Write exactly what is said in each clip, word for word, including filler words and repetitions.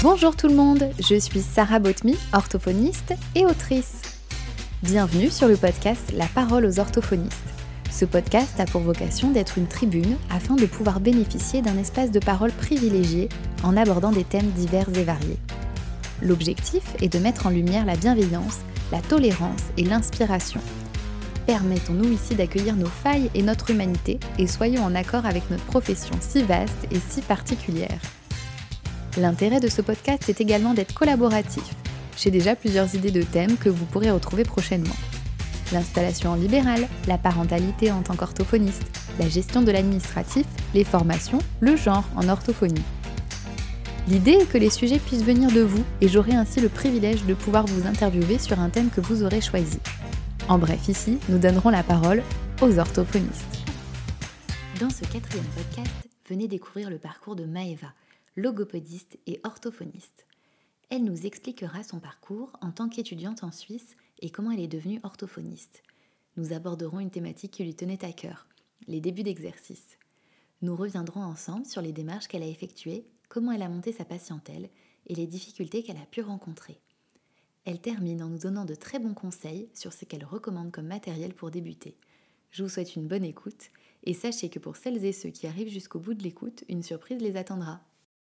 Bonjour tout le monde, je suis Sarah Botmy, orthophoniste et autrice. Bienvenue sur le podcast La parole aux orthophonistes. Ce podcast a pour vocation d'être une tribune afin de pouvoir bénéficier d'un espace de parole privilégié en abordant des thèmes divers et variés. L'objectif est de mettre en lumière la bienveillance, la tolérance et l'inspiration. Permettons-nous ici d'accueillir nos failles et notre humanité et soyons en accord avec notre profession si vaste et si particulière. L'intérêt de ce podcast est également d'être collaboratif. J'ai déjà plusieurs idées de thèmes que vous pourrez retrouver prochainement. L'installation en libéral, la parentalité en tant qu'orthophoniste, la gestion de l'administratif, les formations, le genre en orthophonie. L'idée est que les sujets puissent venir de vous et j'aurai ainsi le privilège de pouvoir vous interviewer sur un thème que vous aurez choisi. En bref, ici, nous donnerons la parole aux orthophonistes. Dans ce quatrième podcast, venez découvrir le parcours de Maëva, logopédiste et orthophoniste. Elle nous expliquera son parcours en tant qu'étudiante en Suisse et comment elle est devenue orthophoniste. Nous aborderons une thématique qui lui tenait à cœur, les débuts d'exercice. Nous reviendrons ensemble sur les démarches qu'elle a effectuées, comment elle a monté sa patientèle et les difficultés qu'elle a pu rencontrer. Elle termine en nous donnant de très bons conseils sur ce qu'elle recommande comme matériel pour débuter. Je vous souhaite une bonne écoute et sachez que pour celles et ceux qui arrivent jusqu'au bout de l'écoute, une surprise les attendra.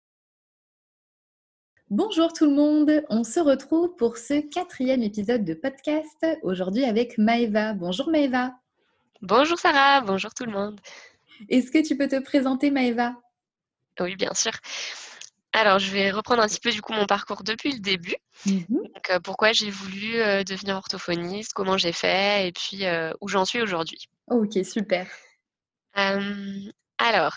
Bonjour tout le monde, on se retrouve pour ce quatrième épisode de podcast, aujourd'hui avec Maëva. Bonjour Maëva. Bonjour Sarah, bonjour tout le monde. Est-ce que tu peux te présenter Maëva ? Oui, bien sûr. Alors, je vais reprendre un petit peu du coup mon parcours depuis le début. Mm-hmm. Donc, euh, pourquoi j'ai voulu euh, devenir orthophoniste, comment j'ai fait et puis euh, où j'en suis aujourd'hui. Ok, super. Euh, alors,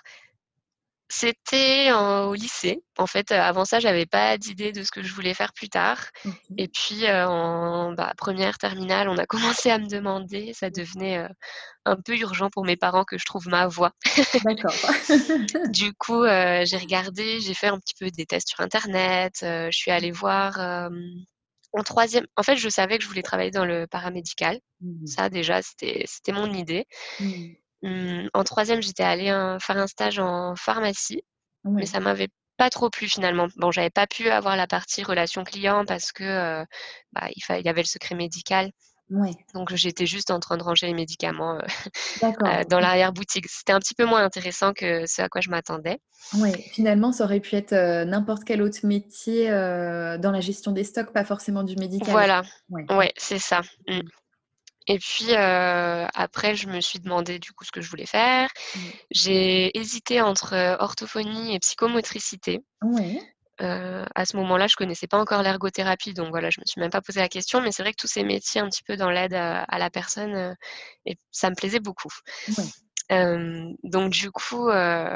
c'était en- au lycée. En fait, euh, avant ça, j'avais pas d'idée de ce que je voulais faire plus tard. Okay. Et puis, euh, en bah, première terminale, on a commencé à me demander. Ça devenait euh, un peu urgent pour mes parents que je trouve ma voie. D'accord. Du coup, heu, j'ai regardé, j'ai fait un petit peu des tests sur internet, heu, je suis allée voir, hem, en troisième en fait, je savais que je voulais travailler dans le paramédical. Mm. Ça déjà, c'était c'était mon idée. Mm. Mmh, en troisième, j'étais allée, heu, faire un stage en pharmacie, mais Ouais. ça m'avait pas trop plu finalement. Bon, j'avais pas pu avoir la partie relation client parce que, heu, bah, il fa il y avait le secret médical, Ouais. donc j'étais juste en train de ranger les médicaments, heu D'accord. heu, dans l'arrière-boutique. C'était un petit peu moins intéressant que ce à quoi je m'attendais. Ouais. Finalement, ça aurait pu être euh, n'importe quel autre métier euh, dans la gestion des stocks, pas forcément du médical. Voilà, Ouais. ouais, c'est ça. Mmh. Mm. Et puis, heu, après je me suis demandé du coup ce que je voulais faire. Ouais. J'ai hésité entre, heu, orthophonie et psychomotricité. Ouais. Heu, à ce moment-là, je connaissais pas encore l'ergothérapie, donc voilà, je me suis même pas posé la question, mais c'est vrai que tous ces métiers un petit peu dans l'aide à à la personne, heu et ça me plaisait beaucoup. Ouais. Hem, donc du coup, heu,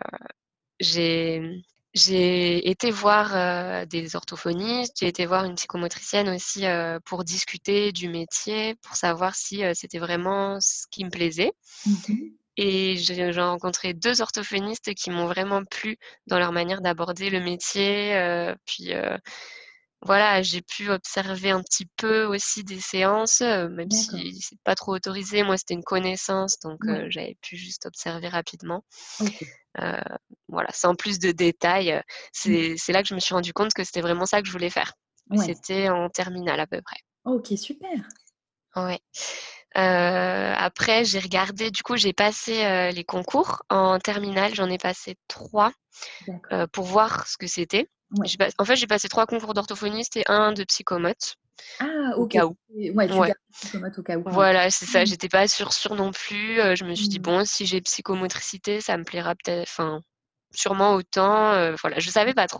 j'ai, mmh, j'ai été voir, heu, des orthophonistes, j'ai été voir une psychomotricienne aussi, heu, pour discuter du métier, pour savoir si, heu, c'était vraiment ce qui me plaisait. Mhm. Et j'ai j'ai rencontré deux orthophonistes qui m'ont vraiment plu dans leur manière d'aborder le métier, heu, puis, heu, voilà, j'ai pu observer un petit peu aussi des séances, heu, même D'accord. si c'est pas trop autorisé. Moi, c'était une connaissance, donc, Ouais. heu, j'avais pu juste observer rapidement. Ok. Heu, voilà, sans plus de détails, heu, Mm. c'est c'est là que je me suis rendu compte que c'était vraiment ça que je voulais faire. Ouais. C'était en terminale à peu près. Ok, super. Ouais. Heu, après j'ai regardé du coup j'ai passé, heu, les concours en terminale, j'en ai passé trois, D'accord. heu, pour voir ce que c'était. Ouais. J'ai pas en fait, j'ai passé trois concours d'orthophoniste et un de psychomote, Ah, au ok. cas où. Et ouais, tu Ouais, gardes le psychomote au cas où. Ouais. voilà, c'est ça, Mm. j'étais pas sûre, sûre non plus, heu, je me suis dit: Mm. «Bon, si j'ai psychomotricité, ça me plaira peut-être enfin, sûrement autant», heu, voilà, je savais pas trop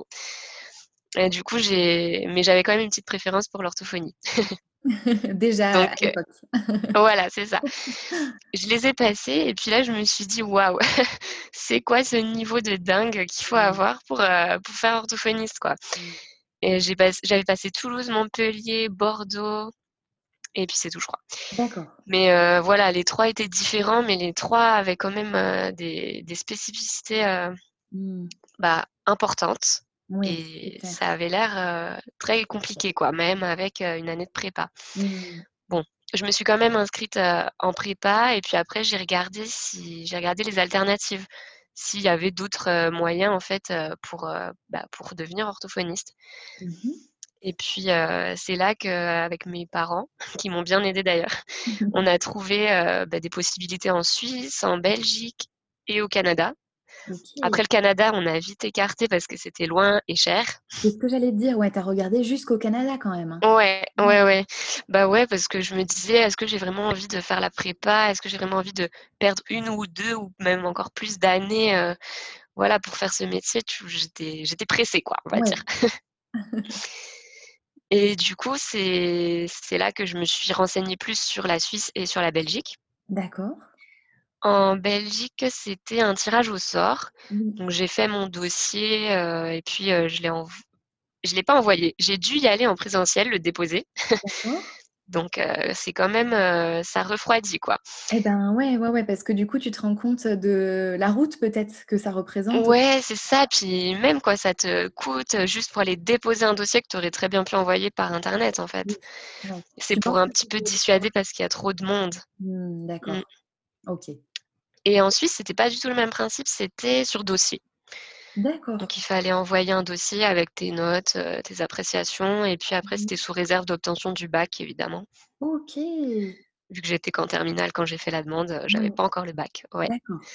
et du coup j'ai mais j'avais quand même une petite préférence pour l'orthophonie. Déjà Donc à heu, l'époque. voilà, c'est ça. Je les ai passés et puis là, je me suis dit: «Waouh, c'est quoi ce niveau de dingue qu'il faut Mm. avoir pour, heu, pour faire orthophoniste, quoi?» Mm. et j'ai pass j'avais passé Toulouse, Montpellier, Bordeaux et puis c'est tout, je crois. D'accord. Mais heu, voilà, les trois étaient différents, mais les trois avaient quand même, heu, des des spécificités, heu, Mm. bah, importantes Oui, c'est et clair. ça avait l'air, heu, très compliqué, quoi, même avec, heu, une année de prépa. Mm. Bon, je me suis quand même inscrite, heu, en prépa et puis après j'ai regardé si j'ai regardé les alternatives. s'il y avait d'autres, heu, moyens en fait, heu, pour, heu, bah, pour devenir orthophoniste. Mmh mh. Et puis, heu, c'est là qu'avec mes parents, qui m'ont bien aidée d'ailleurs, on a trouvé, heu, bah, des possibilités en Suisse, en Belgique et au Canada. Après OK. le Canada, on a vite écarté parce que c'était loin et cher. C'est ce que j'allais te dire, ouais, tu as regardé jusqu'au Canada quand même, hein? Ouais, Ouais. ouais, ouais. Bah, ouais, parce que je me disais: «Est-ce que j'ai vraiment envie de faire la prépa? Est-ce que j'ai vraiment envie de perdre une ou deux ou même encore plus d'années, heu, voilà, pour faire ce métier?» tu j'étais j'étais pressée quoi, on va Ouais. dire. Et du coup, c'est c'est là que je me suis renseignée plus sur la Suisse et sur la Belgique. D'accord. En Belgique, c'était un tirage au sort. Oui. Donc j'ai fait mon dossier, heu et puis, heu, je l'ai env je l'ai pas envoyé. J'ai dû y aller en présentiel, le déposer. D'accord. Donc heu, c'est quand même, heu, ça refroidit, quoi. Et ben, ouais, ouais, ouais, parce que du coup, tu te rends compte de la route peut-être que ça représente. Ouais, c'est ça, puis même quoi ça te coûte, heu, juste pour aller déposer un dossier que tu aurais très bien pu envoyer par internet, en Oui, fait. ouais. C'est Tu pour penses un que petit peu c'était dissuader parce qu'il y a trop de monde. mmh, Mmh. d'accord. OK. Et en Suisse, c'était pas du tout le même principe, c'était sur dossier. D'accord. Donc il fallait envoyer un dossier avec tes notes, heu, tes appréciations et puis après Mmh. c'était sous réserve d'obtention du bac évidemment. OK. Vu que j'étais qu'en terminale quand j'ai fait la demande, heu, j'avais Ouais, pas encore le bac, ouais. d'accord.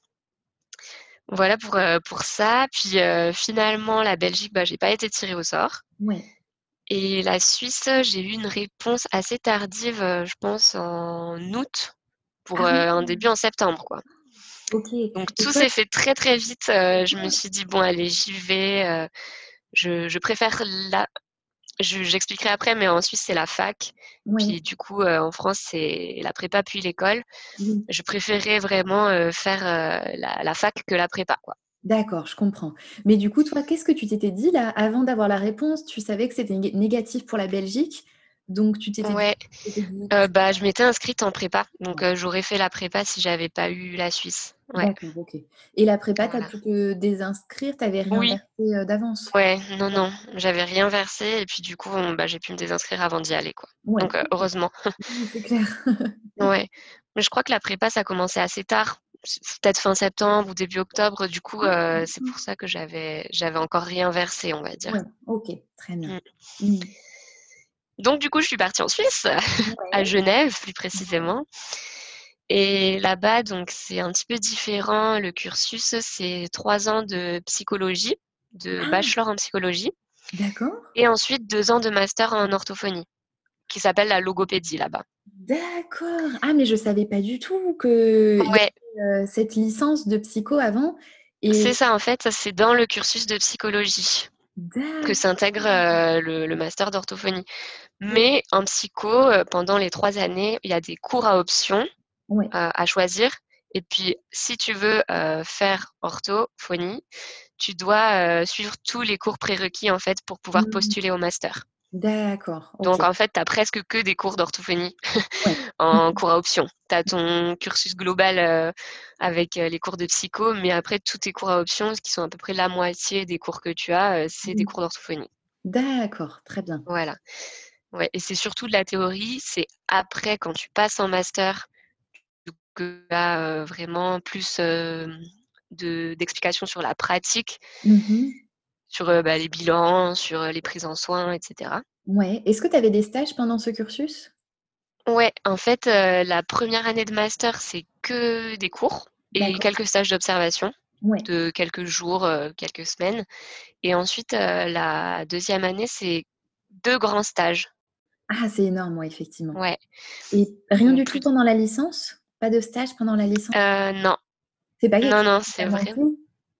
Voilà pour, heu, pour ça. Puis, heu, finalement la Belgique, bah, j'ai pas été tirée au sort Ouais. et la Suisse, j'ai eu une réponse assez tardive, heu, je pense en août pour, Ah heu, oui! un début en septembre, quoi. OK Donc et tout toi s'est fait très, très vite, heu, je me suis dit: «Bon allez, j'y vais, heu, je je préfère la» je j'expliquerai après, mais en Suisse, c'est la fac. ouais, Puis du coup, heu, en France, c'est la prépa puis l'école. oui. Je préférais vraiment, heu, faire, heu, la la fac que la prépa, quoi. D'accord, je comprends. Mais du coup, toi, qu'est-ce que tu t'étais dit là, avant d'avoir la réponse? Tu savais que c'était nég négatif pour la Belgique, donc tu t'étais dit Ouais, tu t'étais dit heu, bah, je m'étais inscrite en prépa, donc ouais, heu, j'aurais fait la prépa si j'avais pas eu la Suisse. Ouais, d'accord, OK. Et la prépa, tu as voilà. pu te désinscrire? Tu avais rien Oui, versé, heu, d'avance? ouais, non, Ouais, non, j'avais rien versé et puis du coup, bon, bah, j'ai pu me désinscrire avant d'y aller, quoi. ouais, Donc heu, OK. heureusement. Oui, c'est clair. Ouais, mais je crois que la prépa, ça commençait assez tard, c peut-être fin septembre ou début octobre, du coup, Ah, heu, c'est d'accord. pour ça que j'avais j'avais encore rien versé, on va dire. Ouais, OK, très bien. Mmh. Mmh. Donc du coup, je suis partie en Suisse, à Ouais, Genève plus ouais. précisément et là-bas, donc c'est un petit peu différent. Le cursus, c'est trois ans de psychologie, de Ah! bachelor en psychologie D'accord, et ensuite deux ans de master en orthophonie, qui s'appelle la logopédie là-bas. d'accord. Ah, mais je savais pas du tout qu'il y Ouais, avait, heu, cette licence de psycho avant et c'est ça en fait, ça c'est dans le cursus de psychologie que d'accord. s'intègre, heu, le le master d'orthophonie. OK. Mais en psycho, heu, pendant les trois années, il y a des cours à option, heu, Ouais. à choisir et puis si tu veux, heu, faire orthophonie, tu dois, heu, suivre tous les cours prérequis en fait pour pouvoir Mmh. postuler au master. D'accord, Donc OK. en fait, tu as presque que des cours d'orthophonie Ouais. en cours à option. Tu as ton cursus global, heu, avec, heu, les cours de psycho, mais après tous tes cours à option, ce qui sont à peu près la moitié des cours que tu as, heu, c'est des Mmh. cours d'orthophonie. D'accord, très bien. Voilà. Ouais et c'est surtout de la théorie, c'est après quand tu passes en master que tu as, heu, vraiment plus, hem, de d'explications sur la pratique, Mmh mh. sur, heu, bah, les bilans, sur, heu, les prises en soins et cetera. Ouais. Est-ce que tu avais des stages pendant ce cursus? Ouais, en fait, heu, la première année de master, c'est que des cours et D'accord. quelques stages d'observation Ouais. de quelques jours, heu, quelques semaines et ensuite, heu, la deuxième année, c'est deux grands stages. Ah, c'est énorme, ouais, effectivement. Ouais, Et rien donc du tout plus pendant la licence? Pas de stage pendant la licence? heu, non, C'est pas quelque non, chose non, qui c'est t'a vrai. manqué?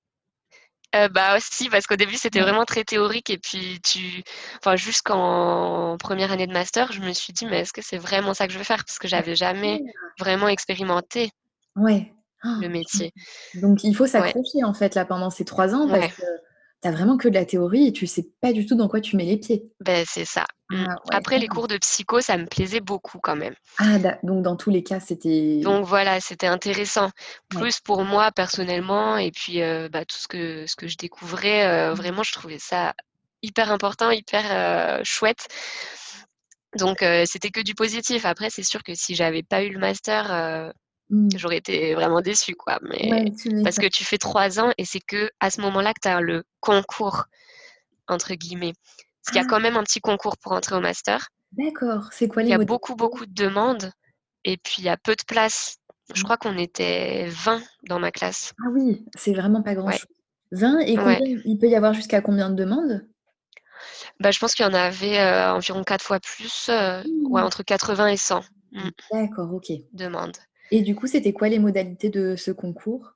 Heu, bah, si, parce qu'au début, c'était Ouais. vraiment très théorique et puis tu enfin, jusqu'en première année de master, je me suis dit: «Mais est-ce que c'est vraiment ça que je veux faire?» parce que Bah, j'avais c'est jamais clair. vraiment expérimenté Ouais. le Je métier. comprends. Donc il faut Ouais, s'accrocher, en fait, là, pendant ces trois ans parce ouais, que tu as vraiment que de la théorie et tu sais pas du tout dans quoi tu mets les pieds. beh, c'est ça. Mmh. Ah ouais, Après les d'accord. cours de psycho, ça me plaisait beaucoup quand même. Ah d'a donc dans tous les cas, c'était Donc voilà, c'était intéressant. ouais. Plus pour moi personnellement et puis, heu, bah, tout ce que ce que je découvrais, heu, Mmh. vraiment je trouvais ça hyper important, hyper, heu, chouette. Donc heu, c'était que du positif. Après c'est sûr que si j'avais pas eu le master, heu, Mmh. j'aurais été vraiment déçue, quoi. Mais Ouais, tu parce m'étonnes. que tu fais trois ans et c'est qu'à ce moment-là que tu as le «concours» entre guillemets. Parce qu'il y a Ah! quand même un petit concours pour entrer au master. D'accord. C'est quoi Il les y a beaucoup, modalités? beaucoup de demandes et puis il y a peu de places. Je Mmh. crois qu'on était vingt dans ma classe. Ah oui, c'est vraiment pas Ouais, grand-chose. vingt et ouais. combien il peut y avoir jusqu'à combien de demandes? Bah, je pense qu'il y en avait, heu, environ quatre fois plus, heu, ouais, Mmh. entre quatre-vingts et cent, mmh, D'accord, OK. demandes. Et du coup, c'était quoi les modalités de ce concours?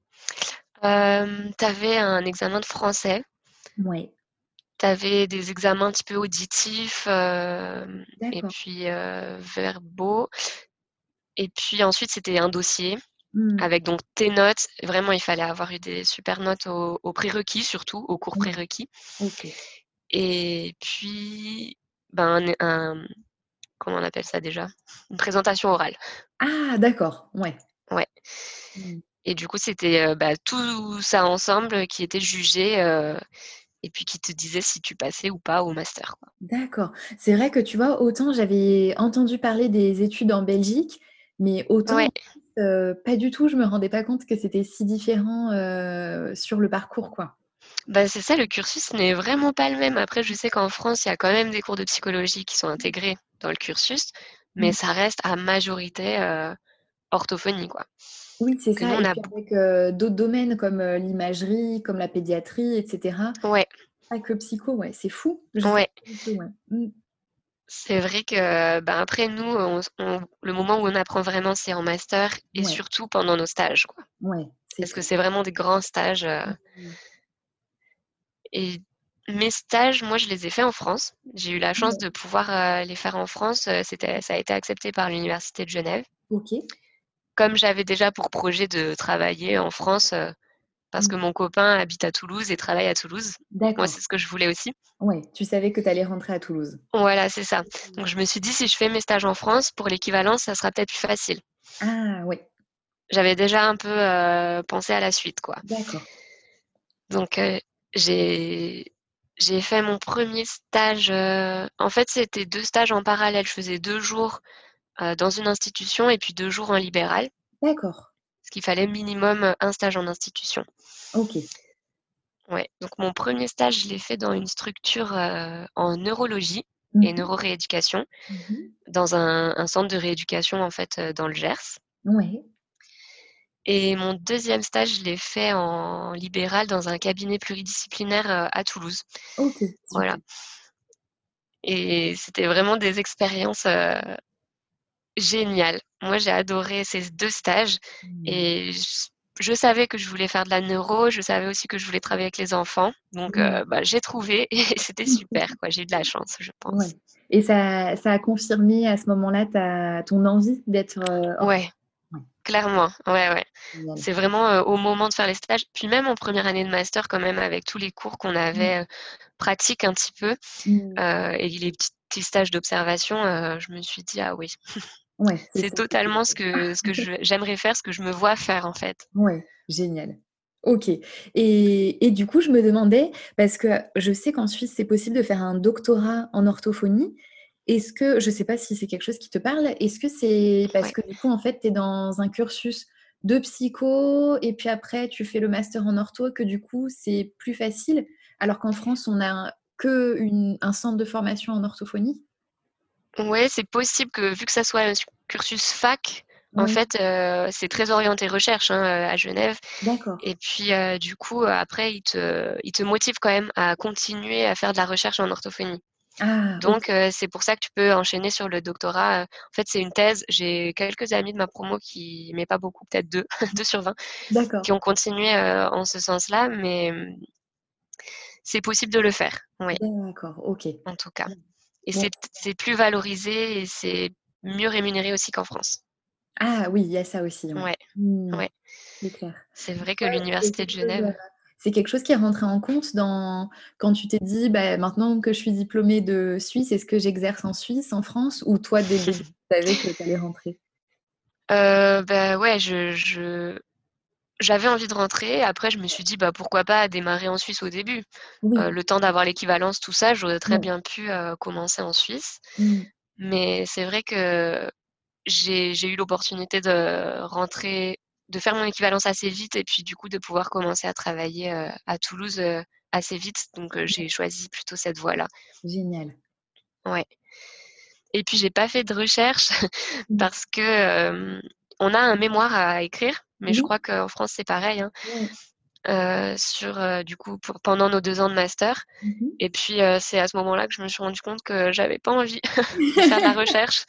Hem, tu avais un examen de français, Ouais, tu avais des examens un petit peu auditifs, hem et d'accord. puis, heu, verbaux et puis ensuite c'était un dossier Mmh. avec donc tes notes. Vraiment, il fallait avoir eu des super notes aux aux prérequis surtout, aux cours Ouais, prérequis OK. et puis, ben, un un comment on appelle ça déjà? Une présentation orale. Ah d'accord, ouais. Ouais. Mmh. Et du coup, c'était, heu, bah, tout ça ensemble qui était jugé, heu et puis qui te disait si tu passais ou pas au master, quoi. D'accord. C'est vrai que tu vois, autant j'avais entendu parler des études en Belgique, mais autant, Ouais, heu, pas du tout, je me rendais pas compte que c'était si différent, heu, sur le parcours, quoi. bah, c'est ça, le cursus n'est vraiment pas le même. Après, je sais qu'en France, il y a quand même des cours de psychologie qui sont intégrés dans le cursus, mais Mmh. ça reste à majorité, heu, orthophonie, quoi. Oui, c'est Que ça nous, on et a puis b avec, heu, d'autres domaines comme, heu, l'imagerie, comme la pédiatrie et cetera. ouais, Pas que psycho, ouais, c'est fou. Je savais ouais. pas du tout, ouais. Mmh. C'est vrai que, ben, après nous, on s on le moment où on apprend vraiment, c'est en master et Ouais, surtout pendant nos stages, quoi. ouais, c'est Parce que clair. c'est vraiment des grands stages, heu Mmh. et mes stages, moi, je les ai faits en France. J'ai eu la chance Ouais, de pouvoir, heu, les faire en France, heu, c'était ça a été accepté par l'université de Genève. OK. Comme j'avais déjà pour projet de travailler en France, heu, parce Mmh. que mon copain habite à Toulouse et travaille à Toulouse, donc moi, D'accord. c'est ce que je voulais aussi. Ouais, tu savais que tu allais rentrer à Toulouse. Voilà, c'est ça. Donc je me suis dit: «Si je fais mes stages en France, pour l'équivalence, ça sera peut-être plus facile». Ah ouais, J'avais déjà un peu, heu, pensé à la suite, quoi. d'accord. Donc heu, j'ai j'ai fait mon premier stage, heu, en fait, c'était deux stages en parallèle. Je faisais deux jours, heu, dans une institution et puis deux jours en libéral, D'accord. parce qu'il fallait minimum, heu, un stage en institution. OK. Ouais, donc mon premier stage, je l'ai fait dans une structure, heu, en neurologie Mmh et mh. neurorééducation, Mmh. dans un un centre de rééducation, en fait, heu, dans le Gers. Ouais. Et mon deuxième stage, je l'ai fait en libéral dans un cabinet pluridisciplinaire, heu, à Toulouse. OK, Voilà. super. Et c'était vraiment des expériences, heu, géniales. Moi, j'ai adoré ces deux stages Mmh. et j je savais que je voulais faire de la neuro, je savais aussi que je voulais travailler avec les enfants, donc Mmh. heu, bah, j'ai trouvé et c'était super, quoi. J'ai eu de la chance, je pense. Ouais et ça ça a confirmé à ce moment-là ta ton envie d'être, heu, ortho? Ouais, Ouais, clairement, ouais, ouais. génial. C'est vraiment, heu, au moment de faire les stages, puis même en première année de master quand même avec tous les cours qu'on Mmh. avait, heu, pratiques un petit peu, Mmh. heu et les petits petits stages d'observation, heu, je me suis dit: «Ah oui, Ouais, c'est c'est ça qui était totalement ce que ce que je j'aimerais faire, ce que je me vois faire, en fait». ouais, génial. OK et et du coup, je me demandais, parce que je sais qu'en Suisse, c'est possible de faire un doctorat en orthophonie. Est-ce que je sais pas si c'est quelque chose qui te parle? Est-ce que c'est parce Ouais. que du coup, en fait, tu es dans un cursus de psycho et puis après tu fais le master en ortho que du coup, c'est plus facile? Alors qu'en France, on a qu'une un centre de formation en orthophonie? Ouais, c'est possible que vu que ça soit un s cursus fac, en Oui, fait, heu, c'est très orienté recherche, hein, heu, à Genève d'accord. et puis, heu, du coup, heu, après ils te ils te motivent quand même à continuer à faire de la recherche en orthophonie. Ah OK, Donc heu, c'est pour ça que tu peux enchaîner sur le doctorat, heu, en fait, c'est une thèse. J'ai quelques amis de ma promo qui mais pas beaucoup, peut-être deux, deux sur vingt, qui d'accord. ont continué, heu, en ce sens-là, mais mmh, c'est possible de le faire, oui, D'accord, OK. en tout cas et Bon c'est c'est plus valorisé et c'est mieux rémunéré aussi qu'en France. ah oui, il y a ça aussi, ouais. Ouais, Mmh, ouais, c'est clair. c'est vrai que Toi, c'est l'université de quelque chose, heu, Genève c'est quelque chose qui est rentré en compte dans quand tu t'es dit: «Bah, maintenant que je suis diplômée de Suisse, est-ce que j'exerce en Suisse, en France?» ou toi, dès le début, tu savais que tu allais rentrer? heu, bah, ouais, je je j'avais envie de rentrer. Après, je me suis dit: «Bah, pourquoi pas démarrer en Suisse au début?» Heu, Oui, le temps d'avoir l'équivalence, tout ça, j'aurais très ouais. bien pu, heu, commencer en Suisse. Mmh. Mais c'est vrai que j'ai j'ai eu l'opportunité de rentrer de faire mon équivalence assez vite et puis du coup de pouvoir commencer à travailler, heu, à Toulouse, heu, assez vite. Donc heu, Ouais. j'ai choisi plutôt cette voie-là. Génial. Ouais et puis j'ai pas fait de recherche Mmh. parce que, hem, on a un mémoire à écrire, mais je Oui. crois qu'en France c'est pareil, hein, Ouais. heu, sur, heu, du coup pour pendant nos deux ans de master Mmh mh. et puis, heu, c'est à ce moment-là que je me suis rendu compte que j'avais pas envie de faire de la recherche.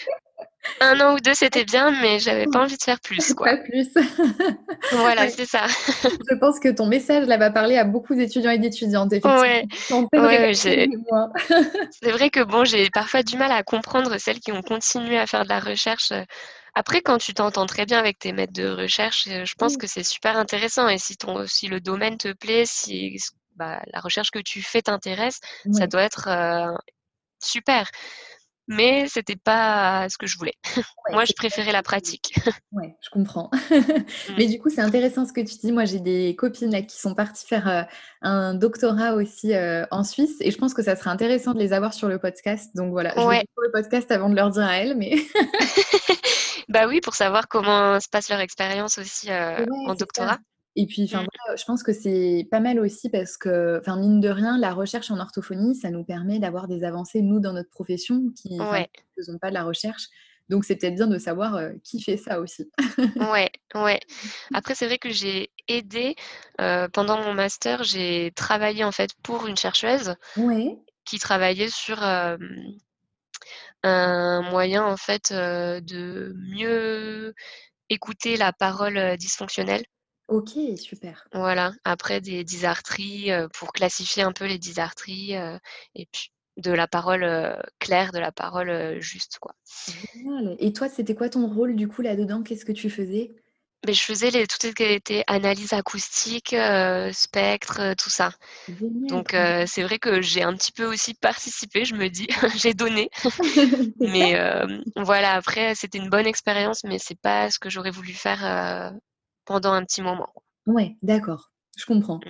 un an ou deux c'était bien, mais j'avais pas Ouais. envie de faire plus, quoi. Pas plus. Voilà, Ouais. c'est ça. Je pense que ton message là va parler à beaucoup d'étudiants et d'étudiantes effectivement, Ouais, qui sont en pleine ouais, ouais, rédaction de j'ai mémoire. c'est vrai que bon, j'ai parfois du mal à comprendre celles qui ont continué à faire de la recherche, heu. Après quand tu t'entends très bien avec tes maîtres de recherche, heu, je pense Oui. que c'est super intéressant et si ton si le domaine te plaît, si s bah, la recherche que tu fais t'intéresse, ça Ouais. doit être, heu, super. Mais c'était pas ce que je voulais. Ouais, Moi, je c'est pas préférais ce la que tu pratique. ouais, je comprends. Mmh. Mais du coup, c'est intéressant ce que tu dis. Moi, j'ai des copines là qui sont parties faire, heu, un doctorat aussi, heu, en Suisse et je pense que ça serait intéressant de les avoir sur le podcast. Donc voilà, je le Ouais. dis sur le podcast avant de leur dire à elles, mais Bah oui, pour savoir comment se passe leur expérience aussi, heu, ouais, en c'est ça doctorat. et puis enfin Mmh. voilà, je pense que c'est pas mal aussi parce que, enfin mine de rien, la recherche en orthophonie, ça nous permet d'avoir des avancées, nous, dans notre profession qui enfin, Ouais. qui ne faisons pas de la recherche. Donc c'est peut-être bien de savoir, heu, qui fait ça aussi. Ouais, ouais. Après, c'est vrai que j'ai aidé, heu, pendant mon master, j'ai travaillé en fait pour une chercheuse Ouais. qui travaillait sur, hem, un moyen en fait, heu, de mieux écouter la parole, heu, dysfonctionnelle. OK, super. Voilà, après des dysarthries, heu, pour classifier un peu les dysarthries, heu et puis de la parole, heu, claire, de la parole, heu, juste, quoi. Génial et toi, c'était quoi ton rôle du coup là-dedans? Qu'est-ce que tu faisais? Mais je faisais les tout ce qui était analyse acoustique, heu, spectre, heu, tout ça. Génial, Donc trop heu, bien. c'est vrai que j'ai un petit peu aussi participé, je me dis, j'ai donné. C'est Mais ça. hem, voilà, après c'était une bonne expérience, mais c'est pas ce que j'aurais voulu faire, heu, pendant un petit moment. Ouais, d'accord, je comprends. Mmh.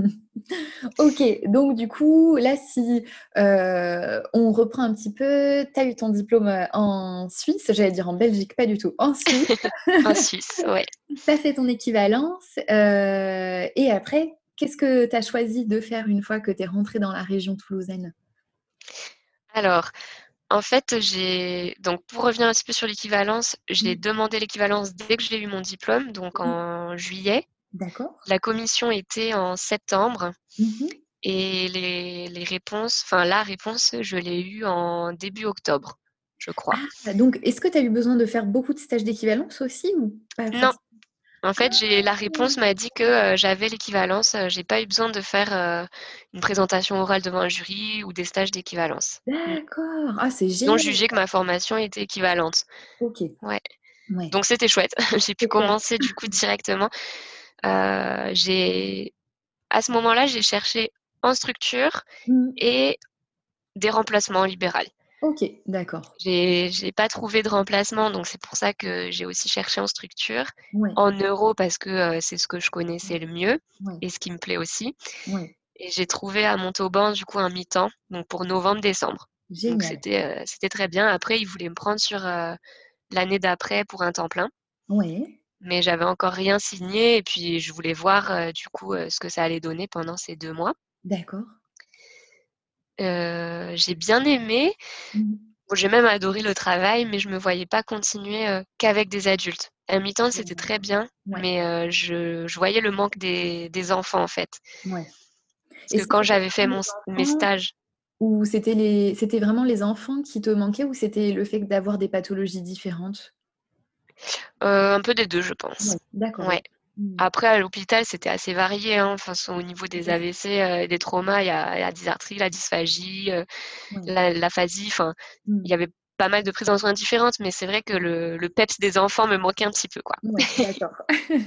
OK, donc du coup, là, si, heu, on reprend un petit peu, tu as eu ton diplôme, heu, en Suisse, j'allais dire en Belgique, pas du tout, en Suisse. En Suisse, ouais. Tu as fait ton équivalence, heu et après, qu'est-ce que tu as choisi de faire une fois que tu es rentrée dans la région toulousaine? Alors, en fait, j'ai donc pour revenir un petit peu sur l'équivalence, j'ai Mmh. demandé l'équivalence dès que j'ai eu mon diplôme, donc Oui, en juillet. d'accord. La commission était en septembre Mmh mh. et les les réponses enfin la réponse, je l'ai eue en début octobre, je crois. Ah, donc est-ce que tu as eu besoin de faire beaucoup de stages d'équivalence aussi ou pas Non, forcément? en Ah! fait, j'ai la réponse m'a dit que, heu, j'avais l'équivalence, heu, j'ai pas eu besoin de faire, heu, une présentation orale devant un jury ou des stages d'équivalence. Mmh. D'accord! Ah, c'est Ils ont génial jugé que ça. ma formation était équivalente. OK, Ouais, ouais, donc c'était chouette. J'ai pu c'est clair. commencer du coup directement. Heu, j'ai à ce moment-là, j'ai cherché en structure Mmh. et des remplacements en libéral. OK, d'accord. J'ai j'ai pas trouvé de remplacement, donc c'est pour ça que j'ai aussi cherché en structure. Ouais, En neuro parce que, heu, c'est ce que je connaissais le mieux ouais, et ce qui me plaît aussi ouais. et j'ai trouvé à Montauban du coup un mi-temps, donc pour novembre-décembre. Donc Génial. c'était, heu, c'était très bien. Après ils voulaient me prendre sur, heu, l'année d'après pour un temps plein, Ouais, mais j'avais encore rien signé et puis je voulais voir, heu, du coup, heu, ce que ça allait donner pendant ces deux mois. d'accord. Heu, j'ai bien aimé. Mmh. Bon, j'ai même adoré le travail, mais je me voyais pas continuer, heu, qu'avec des adultes. À mi-temps, c'était Génial. très bien, Ouais, mais heu, je je voyais le manque des des enfants, en fait. ouais. Parce Et que quand c'était j'avais fait vraiment mon les s mes enfants stages, ou c'était les c'était vraiment les enfants qui te manquaient ou c'était le fait d'avoir des pathologies différentes? heu, un peu des deux, je pense. Ouais, d'accord, Ouais. OK. Mmh. Après à l'hôpital, c'était assez varié, hein. Enfin, s au niveau des Oui, A V C, heu, et des traumas, il y a la dysarthrie, la dysphagie, heu, ouais. la l'aphasie, enfin, il Mmh. y avait pas mal de prises en soins différentes, mais c'est vrai que le le peps des enfants me manquait un petit peu, quoi. Ouais, d'accord.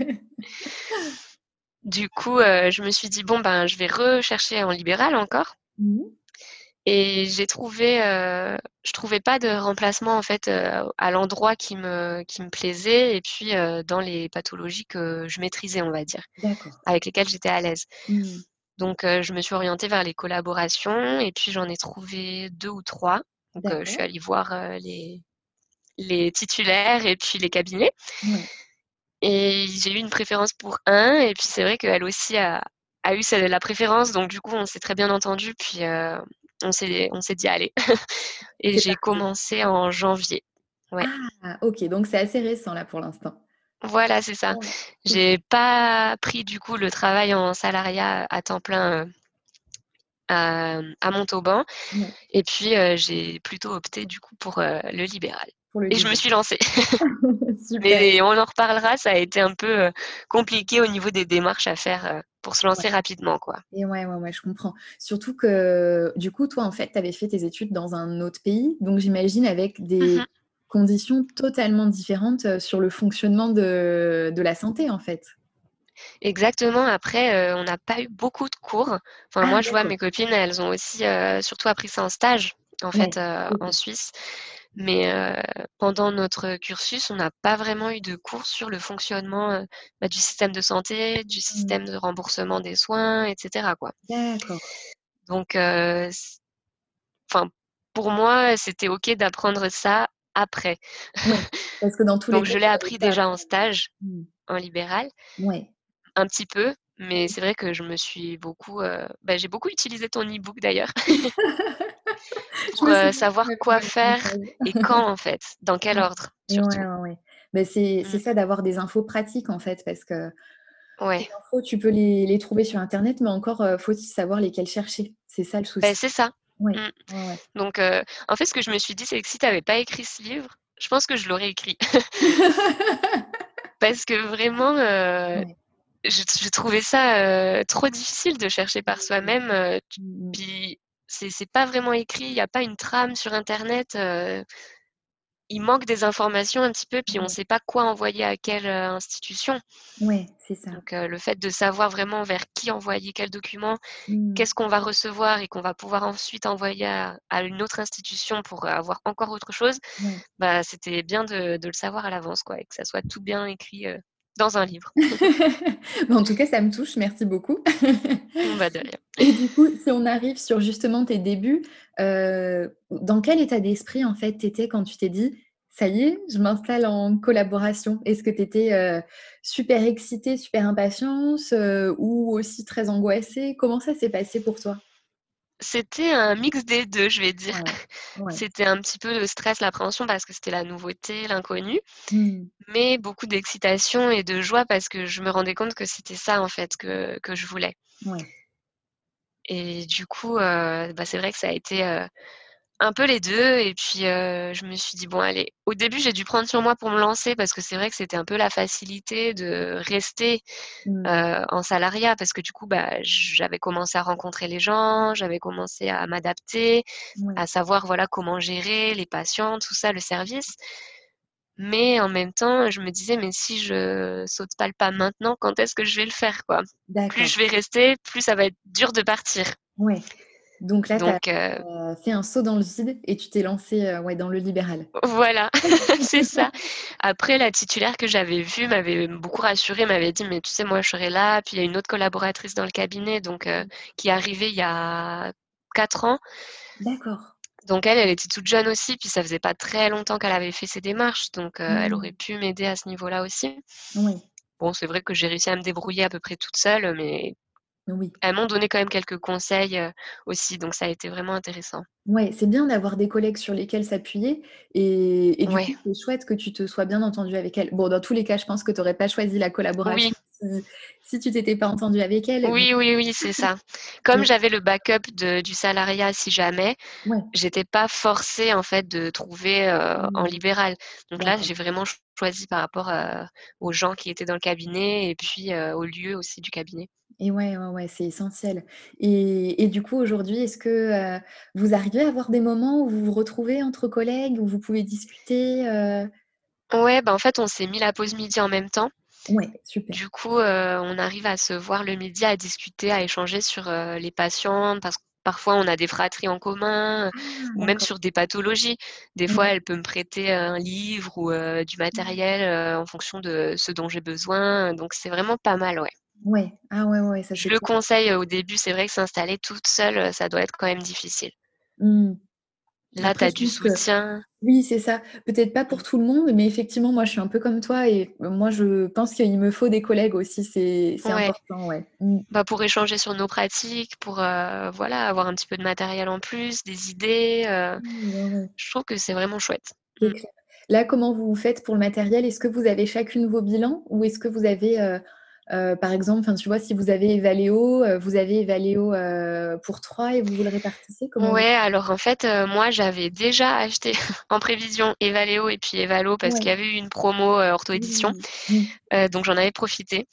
Du coup, heu, je me suis dit: «Bon, ben, je vais rechercher en libéral encore». Mmh mh. Et j'ai trouvé, heu, je trouvais pas de remplacement en fait, heu, à l'endroit qui me qui me plaisait et puis, heu, dans les pathologies que je maîtrisais, on va dire, D'accord. avec lesquelles j'étais à l'aise. Mmh. Donc, heu, je me suis orientée vers les collaborations et puis j'en ai trouvé deux ou trois. Donc, heu, je suis D'accord. allée voir, heu, les les titulaires et puis les cabinets. Ouais. Et j'ai eu une préférence pour un et puis c'est vrai qu'elle aussi a a eu celle la préférence donc du coup, on s'est très bien entendus puis, heu, on s'est on s'est dit: «Allez» et C'est j'ai parti. commencé en janvier. Ouais. Ah! OK, donc c'est assez récent là, pour l'instant. Voilà, c'est ça. Ouais. OK. J'ai pas pris du coup le travail en salariat à temps plein, heu, à, mmh, à Montauban Ouais. et puis, heu, j'ai plutôt opté du coup pour, heu, le libéral Pour le et je me libéral. suis lancée. Super. Mais on en reparlera, ça a été un peu, heu, compliqué au niveau des démarches à faire, heu, pour se Ouais. lancer rapidement, quoi. Et ouais, ouais, ouais, je comprends. Surtout que, du coup, toi, en fait, tu avais fait tes études dans un autre pays, donc j'imagine avec Mmh des mh. conditions totalement différentes, heu, sur le fonctionnement de de la santé, en fait? Exactement, après, heu, on n'a pas eu beaucoup de cours. Enfin, Ah moi, je vois d'accord. mes copines, elles ont aussi, heu, surtout appris ça en stage, en fait, Ouais, heu, en OK. Suisse. Mais, heu, pendant notre cursus, on n'a pas vraiment eu de cours sur le fonctionnement, heu, bah, du système de santé, du Mmh. système de remboursement des soins et cetera, quoi. D'accord. Donc, heu, c enfin, pour moi, c'était OK d'apprendre ça après. Ouais, parce que dans tous les Donc cas, je l'ai tu l'avais appris pas déjà en appris. stage, Mmh. en libéral, Ouais. un petit peu, mais Oui. c'est vrai que je me suis beaucoup, heu, bah, j'ai beaucoup utilisé ton e-book d'ailleurs Je pour, me heu, souviens que tu savoir m'avais quoi envoyé un faire message. et quand, en fait, dans quel Ouais. ordre, Ouais, surtout. ouais, ouais. Bah, c'est c'est Mmh. ça d'avoir des infos pratiques, en fait, parce que les Ouais. infos, tu peux les les trouver sur internet, mais encore, heu, faut-il savoir lesquelles chercher. C'est ça le Beh, souci. c'est ça. Ouais. Mmh. Ouais, ouais. Donc, heu, en fait, ce que je me suis dit, c'est que si tu avais pas écrit ce livre, je pense que je l'aurais écrit. Parce que vraiment, heu, Ouais. je je trouvais ça, heu, trop difficile de chercher par Mmh soi-même, heu, tu mh. Mmh mh. puis c'est c'est pas vraiment écrit, il y a pas une trame sur internet, heu, il manque des informations un petit peu, puis on Ouais. sait pas quoi envoyer à quelle, heu, institution. Ouais, c'est ça. Donc, heu, le fait de savoir vraiment vers qui envoyer quel document, Mmh. qu'est-ce qu'on va recevoir et qu'on va pouvoir ensuite envoyer à à une autre institution pour, heu, avoir encore autre chose, Ouais. bah, c'était bien de de le savoir à l'avance, quoi et que ça soit tout bien écrit, heu, dans un livre. Bah, en tout cas, ça me touche, merci beaucoup. Mmh, bah, de rien. Et du coup, si on arrive sur justement tes débuts, heu, dans quel état d'esprit, en fait, tu étais quand tu t'es dit: «Ça y est, je m'installe en collaboration»? Est-ce que tu étais, heu, super excitée, super impatiente, heu, ou aussi très angoissée? Comment ça s'est passé pour toi? C'était un mix des deux, je vais dire. Ouais, ouais. C'était un petit peu le stress, l'appréhension parce que c'était la nouveauté, l'inconnu, Mmh. mais beaucoup d'excitation et de joie parce que je me rendais compte que c'était ça, en fait, que que je voulais Ouais. et du coup, heu, bah, c'est vrai que ça a été, heu, un peu les deux et puis, heu, je me suis dit: «Bon allez». Au début, j'ai dû prendre sur moi pour me lancer parce que c'est vrai que c'était un peu la facilité de rester, Mmh. heu, en salariat parce que du coup, bah, j'avais commencé à rencontrer les gens, j'avais commencé à m'adapter, Ouais. à savoir, voilà, comment gérer les patients, tout ça, le service. Mais en même temps, je me disais: «Mais si je saute pas le pas maintenant, quand est-ce que je vais le faire, quoi? Plus D'accord. je vais rester, plus ça va être dur de partir». Ouais. Donc là, tu as Donc heu fait un saut dans le vide et tu t'es lancée, heu, ouais, dans le libéral. Voilà, c'est ça. Après la titulaire que j'avais vue m'avait beaucoup rassurée, m'avait dit: «Mais tu sais, moi, je serai là». Puis il y a une autre collaboratrice dans le cabinet donc heu, Mmh. qui est arrivée il y a quatre ans. D'accord. Donc elle, elle était toute jeune aussi, puis ça faisait pas très longtemps qu'elle avait fait ses démarches, donc heu, elle aurait Mmh. pu m'aider à ce niveau-là aussi. Oui, Bon, c'est vrai que j'ai réussi à me débrouiller à peu près toute seule, mais oui. elles m'ont donné quand même quelques conseils, heu, aussi, donc ça a été vraiment intéressant. Ouais, c'est bien d'avoir des collègues sur lesquels s'appuyer et et du Ouais. coup, c'est chouette que tu te sois bien entendue avec elles. Bon, dans tous les cas, je pense que tu aurais pas choisi la Oui. collaboration si si tu t'étais pas entendue avec elle, mais Oui, oui, oui, c'est ça. Comme mais j'avais le backup de du salariat si jamais, ouais. j'étais pas forcée en fait de trouver, heu, en Mmh. libéral. Donc là, D'accord. j'ai vraiment ch choisi par rapport, heu, aux gens qui étaient dans le cabinet et puis, heu, au lieu aussi du cabinet. Et ouais, ouais, ouais, c'est essentiel et et du coup, aujourd'hui, est-ce que, heu, vous arrivez à avoir des moments où vous vous retrouvez entre collègues, où vous pouvez discuter, heu? Ouais, bah, en fait, on s'est mis la pause midi en même temps. Ouais, super. Du coup, heu, on arrive à se voir le midi, à discuter, à échanger sur, heu, les patients parce que parfois on a des fratries en commun, heu, Ah ou même d'accord. sur des pathologies. Des fois, Ouais. elle peut me prêter un livre ou, heu, du Mmh. matériel, heu, en fonction de ce dont j'ai besoin, donc c'est vraiment pas mal, ouais. Ouais. Ah ouais, ouais, ça Je c'est le top. conseille, heu, au début, c'est vrai que s'installer toute seule, heu, ça doit être quand même difficile. Mmh. Là, tu Après as je du pense que soutien. oui, c'est ça. Peut-être pas Mmh. pour tout le monde, mais effectivement, moi, je suis un peu comme toi et moi, je pense qu'il me faut des collègues aussi, c'est c'est Ouais. important, ouais. Mmh. Bah, pour échanger sur nos pratiques, pour, heu, voilà, avoir un petit peu de matériel en plus, des idées, heu, Mmh, ouais, ouais. je trouve que c'est vraiment chouette. C'est Mmh. clair. Là, comment vous faites pour le matériel? Est-ce que vous avez chacune vos bilans ou est-ce que vous avez, heu heu, par exemple, enfin, tu vois, si vous avez Evaleo, heu, vous avez Evaleo, heu, pour trois et vous vous le répartissez? Comment vous Ouais, alors en fait, heu, moi j'avais déjà acheté en prévision Evaleo et puis Evalo parce qu'il y Ouais. avait eu une promo, heu, ortho-édition, Mmh. Mmh. heu, donc j'en avais profité.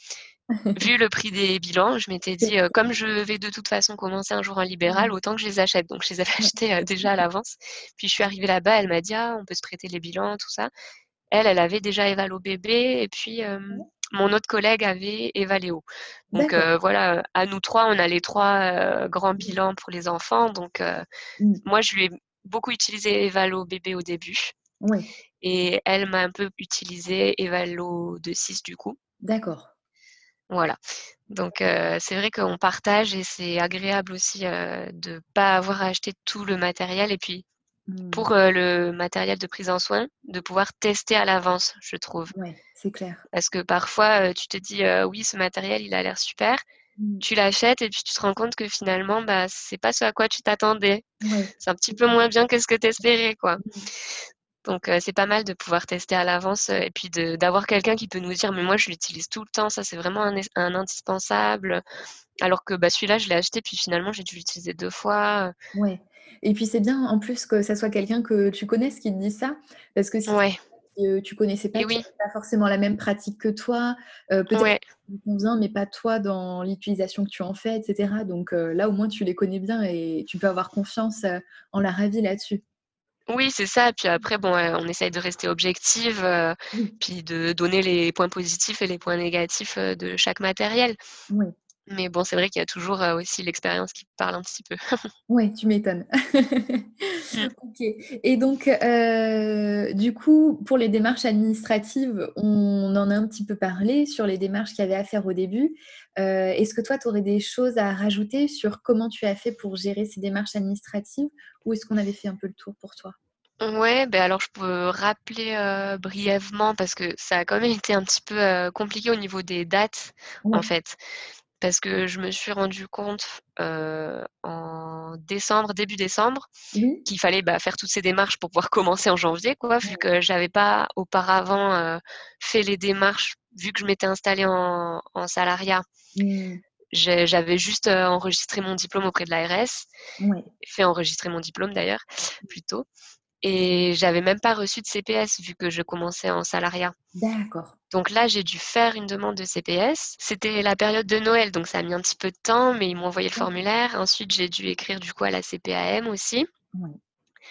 Vu le prix des bilans, je m'étais C'est dit, heu: «Comme je vais de toute façon commencer un jour en libéral, mmh. autant que je les achète». Donc je les avais Ouais. achetés, heu, déjà à l'avance. Puis je suis arrivée là-bas, elle m'a dit: «Ah, on peut se prêter les bilans, tout ça». Elle, elle avait déjà Evalo bébé et puis, hem, Ouais. mon autre collègue avait Evaléo. Donc D'accord. heu, voilà, heu, à nous trois, on a les trois heu, grands Mmh. bilans pour les enfants. Donc heu, Mmh. moi, je lui ai beaucoup utilisé Evalo bébé au début Ouais. et elle m'a un peu utilisé Evalo de six du coup. D'accord. Voilà. Donc heu, c'est vrai qu'on partage et c'est agréable aussi, heu, de pas avoir à acheter tout le matériel et puis Mmh. pour, heu, le matériel de prise en soin, de pouvoir tester à l'avance, je trouve. Ouais, c'est clair. Parce que parfois, heu, tu te dis, heu: «Oui, ce matériel, il a l'air super». Mmh. Tu l'achètes et puis tu te rends compte que finalement, bah, c'est pas ce à quoi tu t'attendais. Ouais. C'est un petit peu moins bien que ce que tu espérais, quoi. Mmh. Donc heu, c'est pas mal de pouvoir tester à l'avance, heu et puis de d'avoir quelqu'un qui peut nous dire: «Mais moi, je l'utilise tout le temps, ça, c'est vraiment un es un indispensable». Alors que, bah, celui-là, je l'ai acheté puis finalement, j'ai dû l'utiliser deux fois, Ouais et puis c'est bien en plus que ça soit quelqu'un que tu connaisses qui te dise ça, parce que si ouais heu, tu connaissais pas, et qui oui, avait pas forcément la même pratique que toi, heu, peut-être ouais. qui lui convient, mais pas toi dans l'utilisation que tu en fais et cetera donc heu, là, au moins, tu les connais bien et tu peux avoir confiance, heu, en leur avis là-dessus. Oui, c'est ça et puis après, bon, heu, on essaye de rester objective, heu, Oui, puis de donner les points positifs et les points négatifs, heu, de chaque matériel. oui. Mais bon, c'est vrai qu'il y a toujours, heu, aussi l'expérience qui parle un petit peu. Ouais, tu m'étonnes. Mmh. OK et donc heu, du coup, pour les démarches administratives, on en a un petit peu parlé sur les démarches qu'il y avait à faire au début. Heu, est-ce que toi, tu aurais des choses à rajouter sur comment tu as fait pour gérer ces démarches administratives? Ou est-ce qu'on avait fait un peu le tour pour toi? Ouais, beh, alors je peux rappeler, heu, brièvement parce que ça a quand même été un petit peu, heu, compliqué au niveau des dates, en Ouais. fait. Parce que je me suis rendu compte, heu, en décembre, début décembre, Oui? qu'il fallait, bah, faire toutes ces démarches pour pouvoir commencer en janvier, quoi, vu Ouais. que j'avais pas auparavant, heu, fait les démarches, vu que je m'étais installée en en salariat. Mmh. J'ai j'avais juste, heu, enregistré mon diplôme auprès de l'A R S, Ouais. fait enregistrer mon diplôme d'ailleurs, plutôt et j'avais même pas reçu de C P S vu que je commençais en salariat. D'accord. Donc là, j'ai dû faire une demande de C P S. C'était la période de Noël, donc ça a mis un petit peu de temps, mais ils m'ont envoyé le D'accord. formulaire. Ensuite, j'ai dû écrire du coup à la C P A M aussi, Ouais.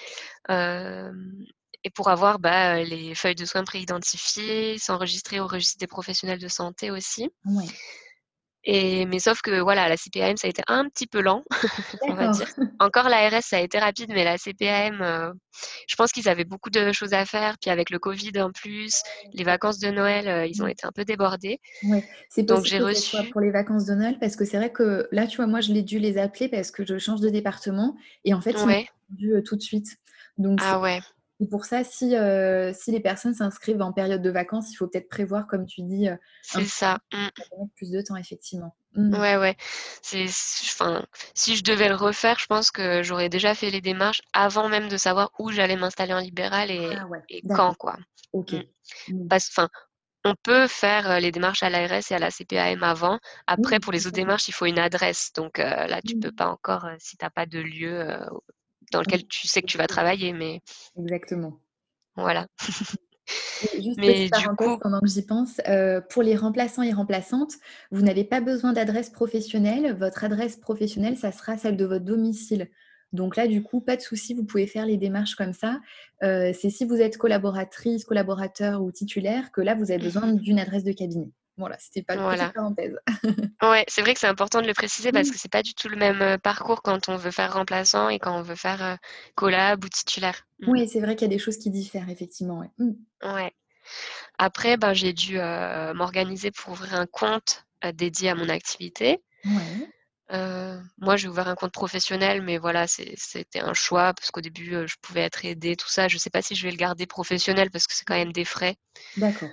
hem et pour avoir, bah, les feuilles de soins préidentifiées, s'enregistrer au registre des professionnels de santé aussi Ouais. et mais sauf que voilà, la C P A M, ça a été un petit peu lent, on va D'accord. dire. Encore l'A R S, ça a été rapide, mais la C P A M, heu, je pense qu'ils avaient beaucoup de choses à faire. Puis avec le Covid en plus, les vacances de Noël, heu, ils ont Mmh. été un peu débordés. Ouais, c'est Donc possible j'ai que ce soit reçu pour les vacances de Noël parce que c'est vrai que là, tu vois, moi, je l'ai dû les appeler parce que je change de département et en fait, ils m'ont ouais. répondu, heu, tout de suite. Donc c'est Ah ouais, c'est pour ça si, heu, si les personnes s'inscrivent en période de vacances, il faut peut-être prévoir, comme tu dis, heu, un c'est petit ça. Mmh. ça peut mettre plus de temps effectivement. Mmh. Ouais, ouais. C'est c enfin, si je devais le refaire, je pense que j'aurais déjà fait les démarches avant même de savoir où j'allais m'installer en libéral et Ah ouais, et quand, d'accord. quoi. OK. Mmh. Mmh. Parce enfin, on peut faire, heu, les démarches à l'A R S et à la C P A M avant. Après, Oui, pour les autres tout à fait. démarches, il faut une adresse. Donc, heu, là, tu peux Mmh. pas encore, heu, si tu as pas de lieu, heu, dans lequel Oui, tu sais que tu vas effectivement, travailler, mais exactement. voilà. Et juste Mais petite du parenthèse coup pendant que j'y pense, heu, pour les remplaçants et remplaçantes, vous n'avez pas besoin d'adresse professionnelle. Votre adresse professionnelle, ça sera celle de votre domicile. Donc là, du coup, pas de souci, vous pouvez faire les démarches comme ça. Heu, c'est si vous êtes collaboratrice, collaborateur ou titulaire que là, vous avez besoin mmh d'une adresse de cabinet. Voilà, c'était pas petite voilà. parenthèse. Ouais, c'est vrai que c'est important de le préciser parce Mmh. que c'est pas du tout le même, heu, parcours quand on veut faire remplaçant et quand on veut faire, heu, collab ou titulaire. Mmh. Oui, c'est vrai qu'il y a des choses qui diffèrent effectivement, ouais. Mmh. Ouais. Après, ben, j'ai dû, heu, m'organiser pour ouvrir un compte, heu, dédié à mon activité. Ouais. Heu, moi, j'ai ouvert un compte professionnel, mais voilà, c'est c'était un choix parce qu'au début, heu, je pouvais être aidée, tout ça. Je sais pas si je vais le garder professionnel parce que c'est quand Ouais. même des frais. D'accord.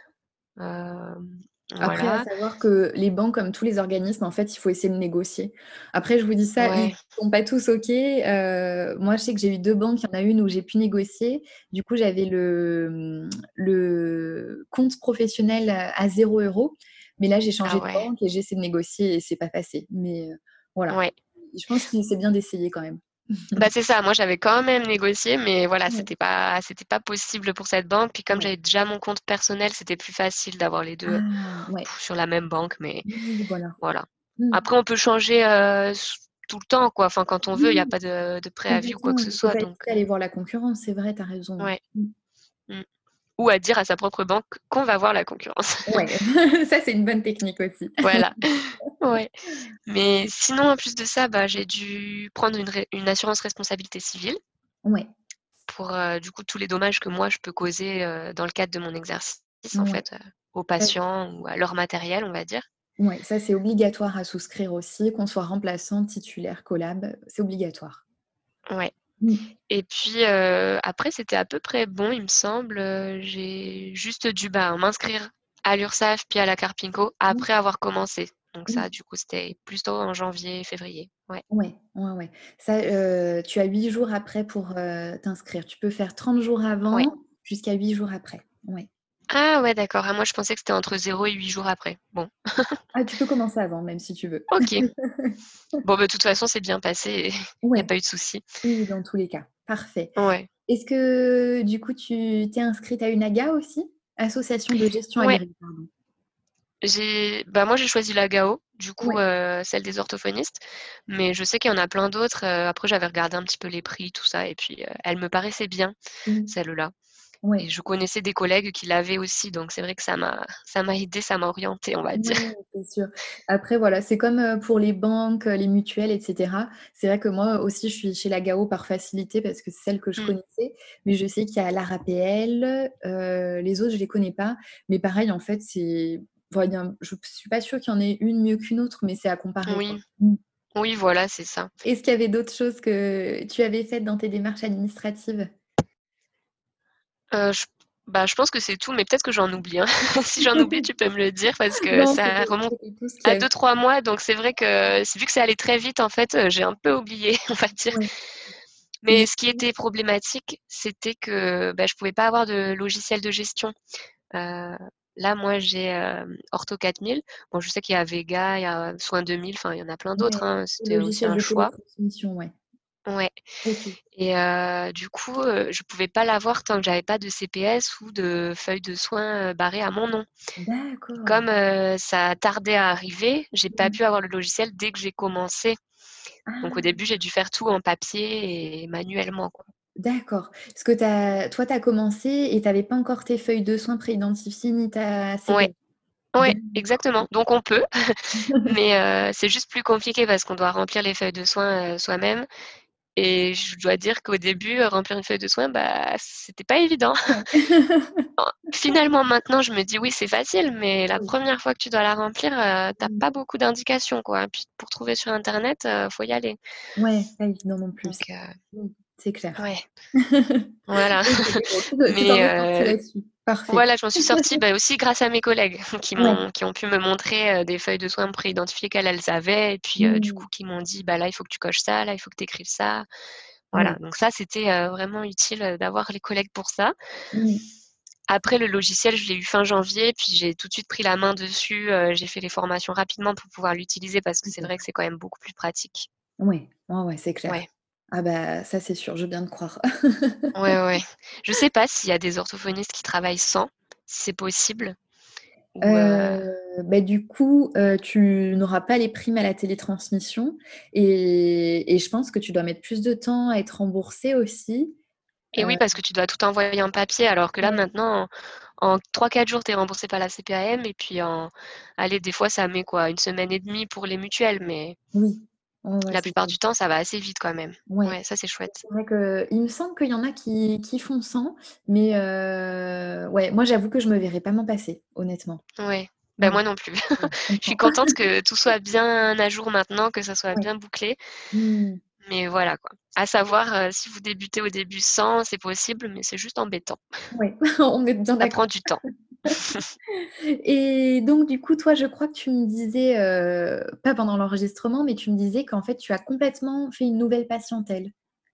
Hem, Après, à voilà. savoir que les banques, comme tous les organismes, en fait, il faut essayer de négocier. Après, je vous dis ça, ils Ouais. sont pas tous OK. Heu, moi, je sais que j'ai eu deux banques. Il y en a une où j'ai pu négocier. Du coup, j'avais le, mmh, le compte professionnel à à zéro euro. Mais là, j'ai Ah changé de ouais. banque et j'ai essayé de négocier et c'est pas passé. Mais, heu, voilà. Ouais. Je pense que c'est bien d'essayer quand même. Bah, c'est ça, moi j'avais quand même négocié, mais voilà, Ouais, c'était pas c'était pas possible pour cette banque. Puis comme ouais. j'avais déjà mon compte personnel, c'était plus facile d'avoir les deux Ah, ouais. sur la même banque, mais Oui, voilà. voilà. Mmh. Après on peut changer, heu, s tout le temps quoi, enfin quand on veut, il y a Oui, pas de de préavis ou quoi que complètement. ce Il faut soit pas donc hésiter à heu, aller voir la concurrence, c'est vrai, tu as raison. ouais. Mmh. Mmh. Ou à dire à sa propre banque qu'on va voir la concurrence. Ouais, ça, c'est une bonne technique aussi. Voilà. Ouais. Mais sinon en plus de ça, bah, j'ai dû prendre une ré une assurance responsabilité civile Ouais, pour, heu, du coup tous les dommages que moi je peux causer, heu, dans le cadre de mon exercice en ouais. fait, heu, aux Ça patients ou à leur matériel, on va dire. ouais, ça, c'est obligatoire à souscrire aussi, qu'on soit remplaçant, titulaire, collab, c'est obligatoire. Ouais. Mmh. Et puis, heu, après c'était à peu près bon il me semble, heu, j'ai juste dû, bah, m'inscrire à l'URSSAF puis à la Carpinco Oui, après avoir commencé. Donc ça oui. du coup c'était plutôt en janvier, février. Ouais. Ouais, ouais, ouais. Ça, heu, tu as huit jours après pour, heu, t'inscrire. Tu peux faire trente jours Ouais. avant jusqu'à huit jours après. Ouais. Ah ouais d'accord, ah moi je pensais que c'était entre zéro et huit jours après. Bon, Ah, tu peux commencer avant même si tu veux. OK. Bon, bah, de toute façon c'est bien passé et il y a Ouais, pas eu de souci. oui, oui, dans tous les cas. Parfait. Ouais. Est-ce que, du coup, tu t'es inscrite à une A G A aussi? Association de gestion Ouais. agréée, pardon. J'ai bah, moi j'ai choisi la G A O, du coup, Ouais. heu, celle des orthophonistes, mais je sais qu'il y en a plein d'autres, heu, après j'avais regardé un petit peu les prix, tout ça et puis, heu, elle me paraissait bien, Mmh. celle-là et Ouais. je connaissais des collègues qui l'avaient aussi, donc c'est vrai que ça m'a ça m'a aidée, ça m'a orientée, on va dire. Ouais, c'est sûr. Après voilà, c'est comme, heu, pour les banques, heu, les mutuelles et cetera. C'est vrai que moi aussi, je suis chez la G A O par facilité parce que c'est celle que je Mmh. connaissais, mais je sais qu'il y a l'A R A P L, heu, les autres, je les connais pas. Mais pareil, en fait, c'est enfin, il y a un je suis pas sûre qu'il y en ait une mieux qu'une autre, mais c'est à comparer, quoi. Oui, Mmh. oui, voilà, c'est ça. Est-ce qu'il y avait d'autres choses que tu avais faites dans tes démarches administratives? Heu, je bah, je pense que c'est tout, mais peut-être que j'en oublie, hein. Si j'en oublie, tu peux me le dire parce que Non, ça c'était remonte c'était tout ce qu'il à y avait. deux trois mois, donc c'est vrai que c'est vu que c'est allé très vite, en fait, heu, j'ai un peu oublié, on va dire. Ouais. Et Mais ce qui était problématique, c'était que, bah, je pouvais pas avoir de logiciel de gestion. Heu, Là, moi, j'ai, hem, Ortho quatre mille. Bon, je sais qu'il y a Vega, il y a Soin deux mille, enfin, il y en a plein d'autres, ouais, hein, le c'était aussi logiciel un de choix. télétransmission, ouais. Ouais OK. et heu, du coup, heu, je pouvais pas l'avoir tant que j'avais pas de C P S ou de feuille de soins, heu, barrée à mon nom. Et D'accord. comme, heu, ça tardait à arriver, j'ai pas Mmh. pu avoir le logiciel dès que j'ai commencé. Donc au Ah! début, j'ai dû faire tout en papier et manuellement, quoi. D'accord. Parce que tu toi, tu as commencé et tu avais pas encore tes feuilles de soins préidentifiées ni ta Ouais, C P S? ouais, exactement. D'accord. Donc on peut, mais heu, c'est juste plus compliqué parce qu'on doit remplir les feuilles de soins, heu, soi-même et je dois dire qu'au début, heu, remplir une feuille de soins, bah, c'était pas évident. Ouais. En finalement, maintenant, je me dis: «Oui, c'est facile», mais la Oui. première fois que tu dois la remplir, heu, tu as Mmh. pas beaucoup d'indications, quoi. Et puis pour trouver sur internet, heu, faut y aller. Ouais, pas évident non plus Donc ça. heu, Mmh, c'est clair. ouais, voilà. OK, bon, tu te tu t'en Mais es sortie heu, là-dessus. Parfait. voilà, je m'en suis sortie, bah, aussi grâce à mes collègues qui Ouais. m'ont qui ont pu me montrer, heu, des feuilles de soins préidentifiées qu'elles, elles avaient et puis, heu, du Mmh. coup, qui m'ont dit: «Bah, là, il faut que tu coches ça, là, il faut que tu écrives ça». Voilà, Ouais. donc ça, c'était, heu, vraiment utile, heu, d'avoir les collègues pour ça. Mmh. Après le logiciel, je l'ai eu fin janvier, puis j'ai tout de suite pris la main dessus, heu, j'ai fait les formations rapidement pour pouvoir l'utiliser parce que c'est Super. vrai que c'est quand même beaucoup plus pratique. Ouais. Ouais, ouais, c'est clair. Ouais, Ah bah, ça, c'est sûr, je veux bien te croire. ouais, ouais. Je sais pas s'il y a des orthophonistes qui travaillent sans, si c'est possible ou heu Heu, bah, du coup, heu, tu n'auras pas les primes à la télétransmission et et je pense que tu dois mettre plus de temps à être remboursé aussi. et Heu, oui, parce que tu dois tout envoyer en papier alors que là ouais, maintenant en en trois quatre jours, tu es remboursé par la C P A M et puis en allez, des fois ça met quoi, une semaine et demie pour les mutuelles, mais oui. Ouais, ouais, la c'est plupart ça. du temps, ça va assez vite quand même. Ouais. Ouais, ça c'est chouette. C'est vrai qu'il me semble qu'il y en a qui qui font sans, mais heu, ouais, moi, j'avoue que je me verrais pas m'en passer, honnêtement. Ouais. Ben Ouais, moi non plus. ouais, je Je suis comprends. contente que tout soit bien à jour maintenant, que ça soit Ouais. bien bouclé. Mmh. Mais voilà quoi. À savoir, heu, si vous débutez au début sans, c'est possible, mais c'est juste embêtant. Ouais, on est bien Ça d'accord. prend du temps. Et donc du coup, toi, je crois que tu me disais, heu, pas pendant l'enregistrement, mais tu me disais qu'en fait, tu as complètement fait une nouvelle patientèle.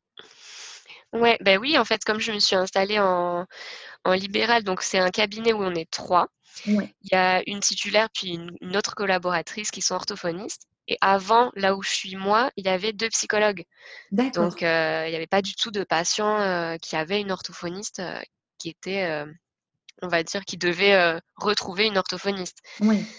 Ouais, bah oui, en fait, comme je me suis installée en en libéral, donc c'est un cabinet où on est trois. Ouais, Il y a une titulaire, puis une une autre collaboratrice qui sont orthophonistes et avant, là où je suis moi, il y avait deux psychologues. d'accord. Donc heu, il y avait pas du tout de patients, heu, qui avaient une orthophoniste, heu, qui était, heu, on va dire, qui devait, heu, retrouver une orthophoniste. Ouais,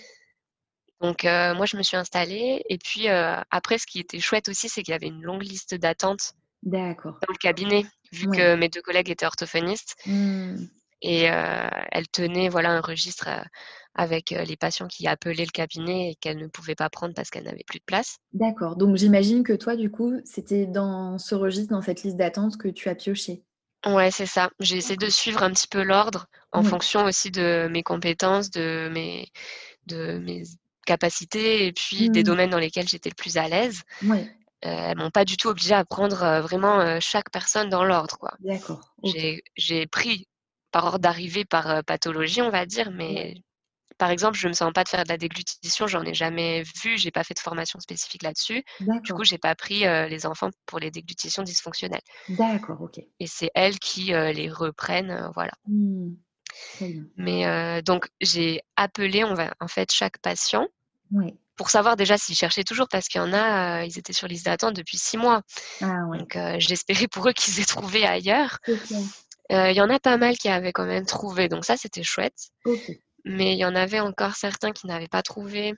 Donc heu, moi, je me suis installée et puis, heu, après ce qui était chouette aussi, c'est qu'il y avait une longue liste d'attente d'accord. dans le cabinet, vu Ouais. que mes deux collègues étaient orthophonistes Mmh. et heu, elles tenaient, voilà, un registre, heu, avec, heu, les patients qui appelaient le cabinet et qu'elles ne pouvaient pas prendre parce qu'elles n'avaient plus de place. D'accord, donc j'imagine que toi, du coup, c'était dans ce registre, dans cette liste d'attente que tu as pioché? Ouais, c'est ça. J'ai essayé de D'accord. suivre un petit peu l'ordre en Ouais. fonction aussi de mes compétences, de mes de mes capacités et puis des Mmh. domaines dans lesquels j'étais le plus à l'aise. Ouais, Heu, elles m'ont pas du tout obligée à prendre, heu, vraiment, heu, chaque personne dans l'ordre, quoi. d'accord, OK. J'ai j'ai pris par ordre d'arrivée, par, heu, pathologie, on va dire, Ouais, mais par exemple, je me sens pas de faire de la déglutition, j'en ai jamais vu, j'ai pas fait de formation spécifique là-dessus. Du coup, d'accord, j'ai pas pris, heu, les enfants pour les déglutitions dysfonctionnelles d'accord, OK. et c'est elles qui, heu, les reprennent, heu, voilà. Mmh. Très bien. Mais, heu, donc j'ai appelé, on va en fait, chaque patient Ouais. pour savoir déjà s'ils cherchaient toujours parce qu'il y en a, heu, ils étaient sur liste d'attente depuis six mois. Ah ouais, Donc, heu, j'espérais pour eux qu'ils aient trouvé ailleurs. c'est clair. Heu, il y en a pas mal qui avaient quand même trouvé, donc ça, c'était chouette. OK. Mais il y en avait encore certains qui n'avaient pas trouvé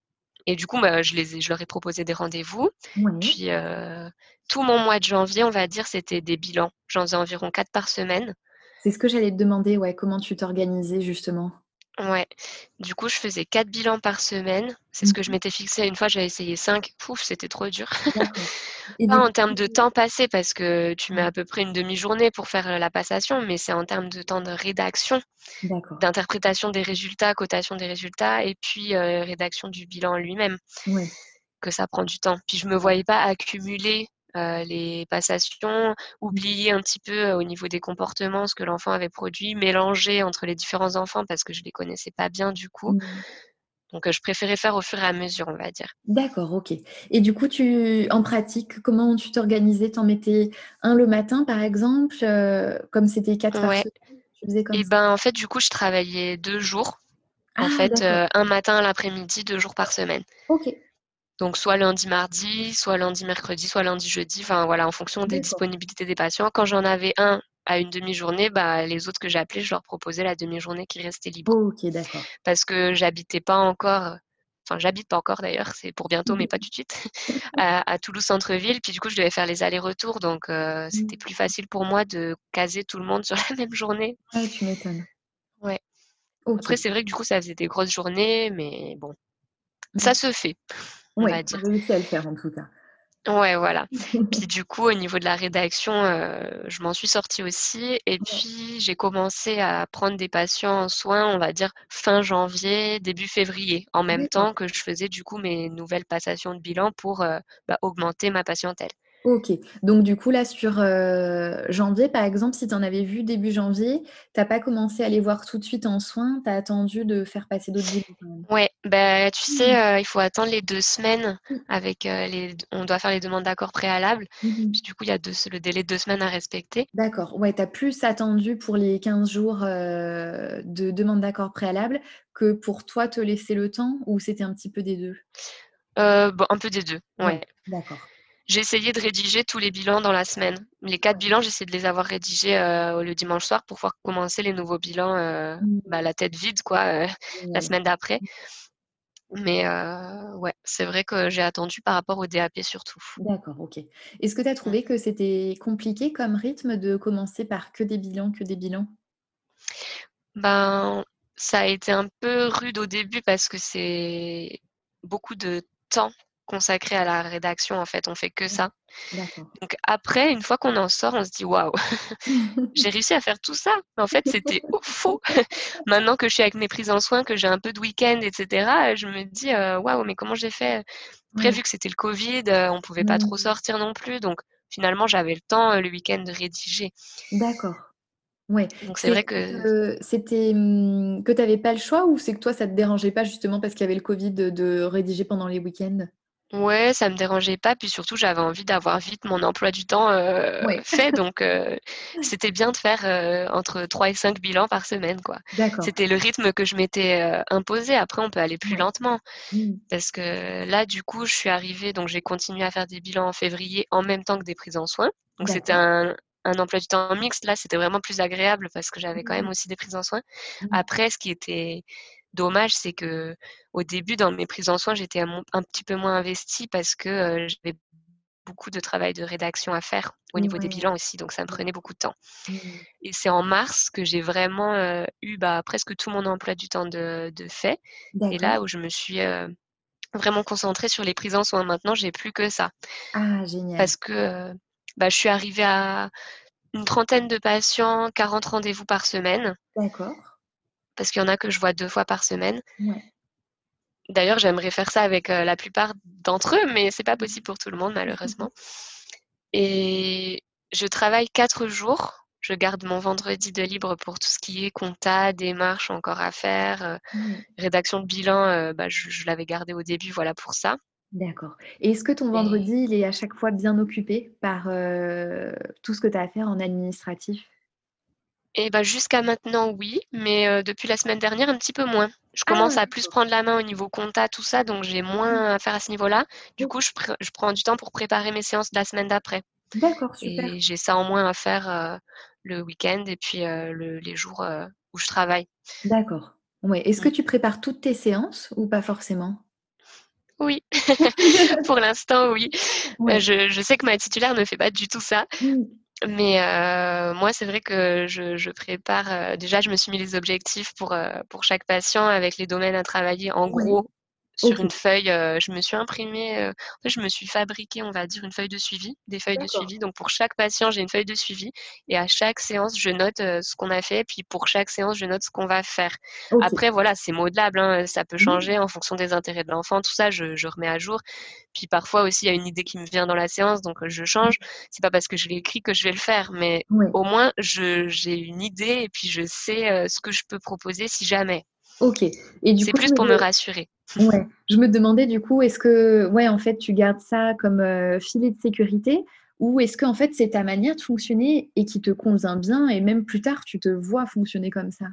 et du coup, bah, je les ai je leur ai proposé des rendez-vous. Ouais. Puis, heu, tout mon mois de janvier, on va dire, c'était des bilans. J'en faisais environ quatre par semaine. C'est ce que j'allais te demander, ouais, comment tu t'organisais justement? Ouais. Du coup, je faisais quatre bilans par semaine. C'est ce que je Mmh. m'étais fixé. Une fois, j'avais essayé cinq. Pouf, c'était trop dur. D'accord. Et Pas du en coup termes de temps passé parce que tu mets ouais, à peu près une demi-journée pour faire, heu, la passation, mais c'est en termes de temps de rédaction, d'accord. d'interprétation des résultats, cotation des résultats et puis, heu, rédaction du bilan lui-même, Ouais, que ça prend du temps. Puis je me voyais pas accumuler, heu, les passations, mmh, oublier un petit peu, heu, au niveau des comportements, ce que l'enfant avait produit, mélanger entre les différents enfants parce que je les connaissais pas bien du coup. mmh. Donc, heu, je préférais faire au fur et à mesure, on va dire. D'accord, OK. Et du coup, tu en pratique, comment tu t'organisais? Tu en mettais un le matin, par exemple, heu, comme c'était quatre par Ouais semaine, tu faisais comme et ça? ben, en fait, du coup, je travaillais deux jours. En Ah fait, d'accord, heu, un matin, l'après-midi, deux jours par semaine. OK, Donc soit lundi, mardi, soit lundi, mercredi, soit lundi, jeudi, enfin voilà, en fonction des d'accord. disponibilités des patients. Quand j'en avais un à une demi-journée, bah, les autres que j'appelais, je leur proposais la demi-journée qui restait libre. OK, d'accord. Parce que j'habitais pas encore, enfin j'habite pas encore d'ailleurs, c'est pour bientôt mais pas tout de suite, à à Toulouse centre-ville. Puis du coup, je devais faire les allers-retours donc heu, c'était plus Mmh. facile pour moi de caser tout le monde sur la même journée. Ouais, tu m'étonnes. Ouais. Après OK. c'est vrai que du coup, ça faisait des grosses journées mais bon, ça Mmh. se fait, on Ouais, va tu as dire. réussi à le faire en tout cas. Ouais, voilà. Puis du coup, au niveau de la rédaction, heu, je m'en suis sortie aussi et Ouais, puis j'ai commencé à prendre des patients en soins, on va dire fin janvier, début février, en même d'accord. temps que je faisais du coup mes nouvelles passations de bilan pour, heu, bah, augmenter ma patientèle. OK. Donc du coup là sur, heu, janvier par exemple, si tu en avais vu début janvier, tu as pas commencé à les voir tout de suite en soins, tu as attendu de faire passer d'autres bilans quand même? Ouais, bah, tu sais, Mmh. heu, il faut attendre les deux semaines Oui. avec, heu, les d on doit faire les demandes d'accord préalables. Mmh mh. Puis du coup, il y a deux le délai de deux semaines à respecter. D'accord, ouais, tu as plus attendu pour les quinze jours, heu, de demande d'accord préalable que pour toi te laisser le temps ou c'était un petit peu des deux? Heu, bon, un peu des deux, Ouais, ouais. d'accord. J'ai essayé de rédiger tous les bilans dans la semaine. Les quatre bilans, j'essaie de les avoir rédigés, heu, le dimanche soir pour pouvoir commencer les nouveaux bilans, heu, bah, Mmh. la tête vide quoi, heu, la Génial. semaine d'après. Mais heu, ouais, c'est vrai que j'ai attendu par rapport au D A P surtout. D'accord, OK. Est-ce que tu as Mmh. trouvé que c'était compliqué comme rythme de commencer par que des bilans, que des bilans? Ben, ça a été un peu rude au début parce que c'est beaucoup de temps. consacré à la rédaction, en fait, on fait que Mmh. ça. D'accord. Donc après, une fois qu'on en sort, on se dit: «Waouh, j'ai réussi à faire tout ça?» En fait, c'était au faux. Maintenant que je suis avec mes prises en soins, que j'ai un peu de week-end et cetera, je me dis: «Heu, waouh, mais comment j'ai fait?» Après, Ouais. vu que c'était le covid, heu, on pouvait pas trop Mmh. sortir non plus, donc finalement, j'avais le temps, heu, le week-end de rédiger. D'accord. Ouais. Donc c'est C'est vrai que que c'était, mmh, que tu avais pas le choix ou c'est que toi, ça te dérangeait pas justement parce qu'il y avait le covid de de rédiger pendant les week-ends? ouais, ça me dérangeait pas, puis surtout, j'avais envie d'avoir vite mon emploi du temps, heu, Ouais. fait, donc heu, c'était bien de faire, heu, entre trois et cinq bilans par semaine, quoi. D'accord. C'était le rythme que je m'étais, heu, imposé. Après, on peut aller plus Ouais. lentement Mmh. parce que là, du coup, je suis arrivée donc j'ai continué à faire des bilans en février en même temps que des prises en soins. Donc c'était D'accord. un un emploi du temps mixte. Là, c'était vraiment plus agréable parce que j'avais quand Mmh. même aussi des prises en soins. Mmh. Après, ce qui était dommage, c'est qu'au début, dans mes prises en soins, j'étais un mon un petit peu moins investie parce que, heu, j'avais beaucoup de travail de rédaction à faire au niveau des Ouais. bilans aussi, donc ça me prenait D'accord. beaucoup de temps. Mmh. Et c'est en mars que j'ai vraiment, heu, eu, bah, presque tout mon emploi du temps de de fait et D'accord. là où je me suis, heu, vraiment concentrée sur les prises en soins. Maintenant, j'ai plus que ça Ah génial. parce que, heu, bah, je suis arrivée à une trentaine de patients, quarante rendez-vous par semaine D'accord. parce qu'il y en a que je vois deux fois par semaine. Ouais. D'ailleurs, j'aimerais faire ça avec, heu, la plupart d'entre eux, mais c'est pas possible pour tout le monde malheureusement. Et je travaille quatre jours. Je garde mon vendredi de libre pour tout ce qui est compta, démarches encore à faire, heu, Ouais. rédaction de bilan, heu, bah, je je l'avais gardé au début, voilà, pour ça. D'accord et est-ce que ton Et vendredi, il est à chaque fois bien occupé par, heu, tout ce que tu as à faire en administratif? et bah, jusqu'à maintenant, oui, mais heu, depuis la semaine dernière, un petit peu moins. Je commence Ah à plus d'accord. prendre la main au niveau compta, tout ça, donc j'ai Mmh. moins à faire à ce niveau-là. Du OK. coup, je pr je prends du temps pour préparer mes séances de la semaine d'après D'accord, super. et j'ai ça en moins à faire, heu, le week-end et puis, heu, le les jours, heu, où je travaille. D'accord. Ouais. Est-ce que Mmh. tu prépares toutes tes séances ou pas forcément? Oui, pour l'instant, oui. Heu, Ouais. je je sais que ma titulaire ne fait pas du tout ça, Mmh. mais heu, moi, c'est vrai que je je prépare, heu, déjà, je me suis mis les objectifs pour, heu, pour chaque patient avec les domaines à travailler en Ouais. gros sur OK. une feuille, heu, je me suis imprimée, heu, en fait, je me suis fabriqué, on va dire, une feuille de suivi, des feuilles de D'accord. suivi. Donc pour chaque patient, j'ai une feuille de suivi et à chaque séance, je note, heu, ce qu'on a fait, puis pour chaque séance, je note ce qu'on va faire. OK. Après voilà, c'est modelable, hein, ça peut Mmh. changer en fonction des intérêts de l'enfant, tout ça, je je remets à jour. Puis parfois aussi, il y a une idée qui me vient dans la séance, donc heu, je change. C'est pas parce que je l'ai écrit que je vais le faire, mais Ouais. au moins je j'ai une idée et puis je sais, heu, ce que je peux proposer si jamais. OK et du C'est coup, je plus me pour me de rassurer. ouais, je me demandais du coup, est-ce que ouais, en fait, tu gardes ça comme, heu, filet de sécurité ou est-ce qu'en fait, c'est ta manière de fonctionner et qui te convient bien et même plus tard, tu te vois fonctionner comme ça?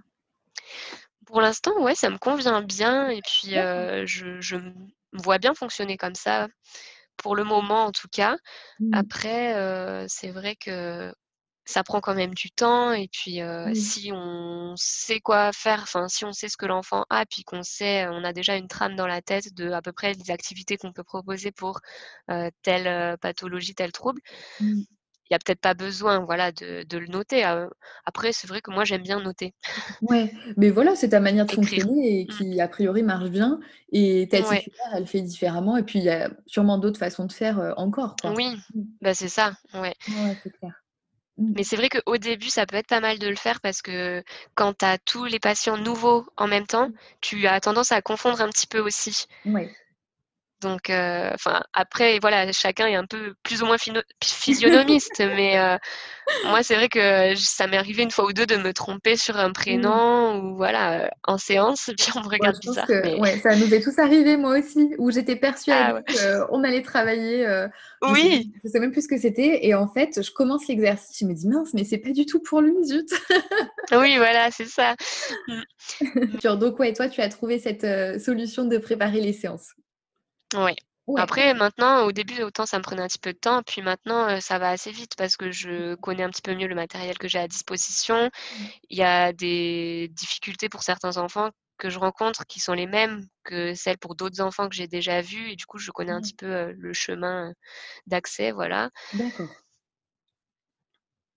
Pour l'instant, ouais, ça me convient bien et puis, D'accord. heu, je je me vois bien fonctionner comme ça, pour le moment en tout cas. Mmh. Après, heu, c'est vrai que ça prend quand même du temps et puis, heu, Oui. si on sait quoi faire, enfin, si on sait ce que l'enfant a, puis qu'on sait on a déjà une trame dans la tête de à peu près les activités qu'on peut proposer pour, heu, telle, heu, pathologie, tel trouble, Mmh. il y a peut-être pas besoin, voilà, de de le noter, heu, après c'est vrai que moi j'aime bien noter, Ouais, mais voilà, c'est ta manière de écrire. fonctionner et Mmh. qui, a priori, marche bien et ta Ouais, titulaire, elle fait différemment et puis il y a sûrement d'autres façons de faire, heu, encore, quoi. oui, Mmh. bah, c'est ça, ouais. Ouais, ouais, c'est clair. Mmh. Mais c'est vrai qu'au début, ça peut être pas mal de le faire parce que quand tu as tous les patients nouveaux en même temps, Mmh. tu as tendance à confondre un petit peu aussi. Ouais. Donc heu, enfin, après voilà, chacun est un peu plus ou moins phino physionomiste, mais heu, moi, c'est vrai que j ça m'est arrivé une fois ou deux de me tromper sur un Mmh. prénom ou voilà, heu, en séance, puis on me Ouais, regarde je pense bizarre, que mais ouais, ça nous est tous arrivé, moi aussi, où j'étais ah persuadée ouais. qu'on allait travailler, heu, je sais Oui! même je sais même plus ce que c'était et en fait, je commence l'exercice, je me dis: «Mince, mais c'est pas du tout pour lui, zut!» Oui, voilà, c'est ça. Mmh. Mmh, Genre donc ouais, toi, tu as trouvé cette, heu, solution de préparer les séances? ouais. Ouais, Après maintenant, au début, autant ça me prenait un petit peu de temps, puis maintenant, heu, ça va assez vite parce que je connais un petit peu mieux le matériel que j'ai à disposition. mmh, Il y a des difficultés pour certains enfants que je rencontre qui sont les mêmes que celles pour d'autres enfants que j'ai déjà vus et du coup, je connais un ouais, petit peu, heu, le chemin, heu, d'accès, voilà. d'accord.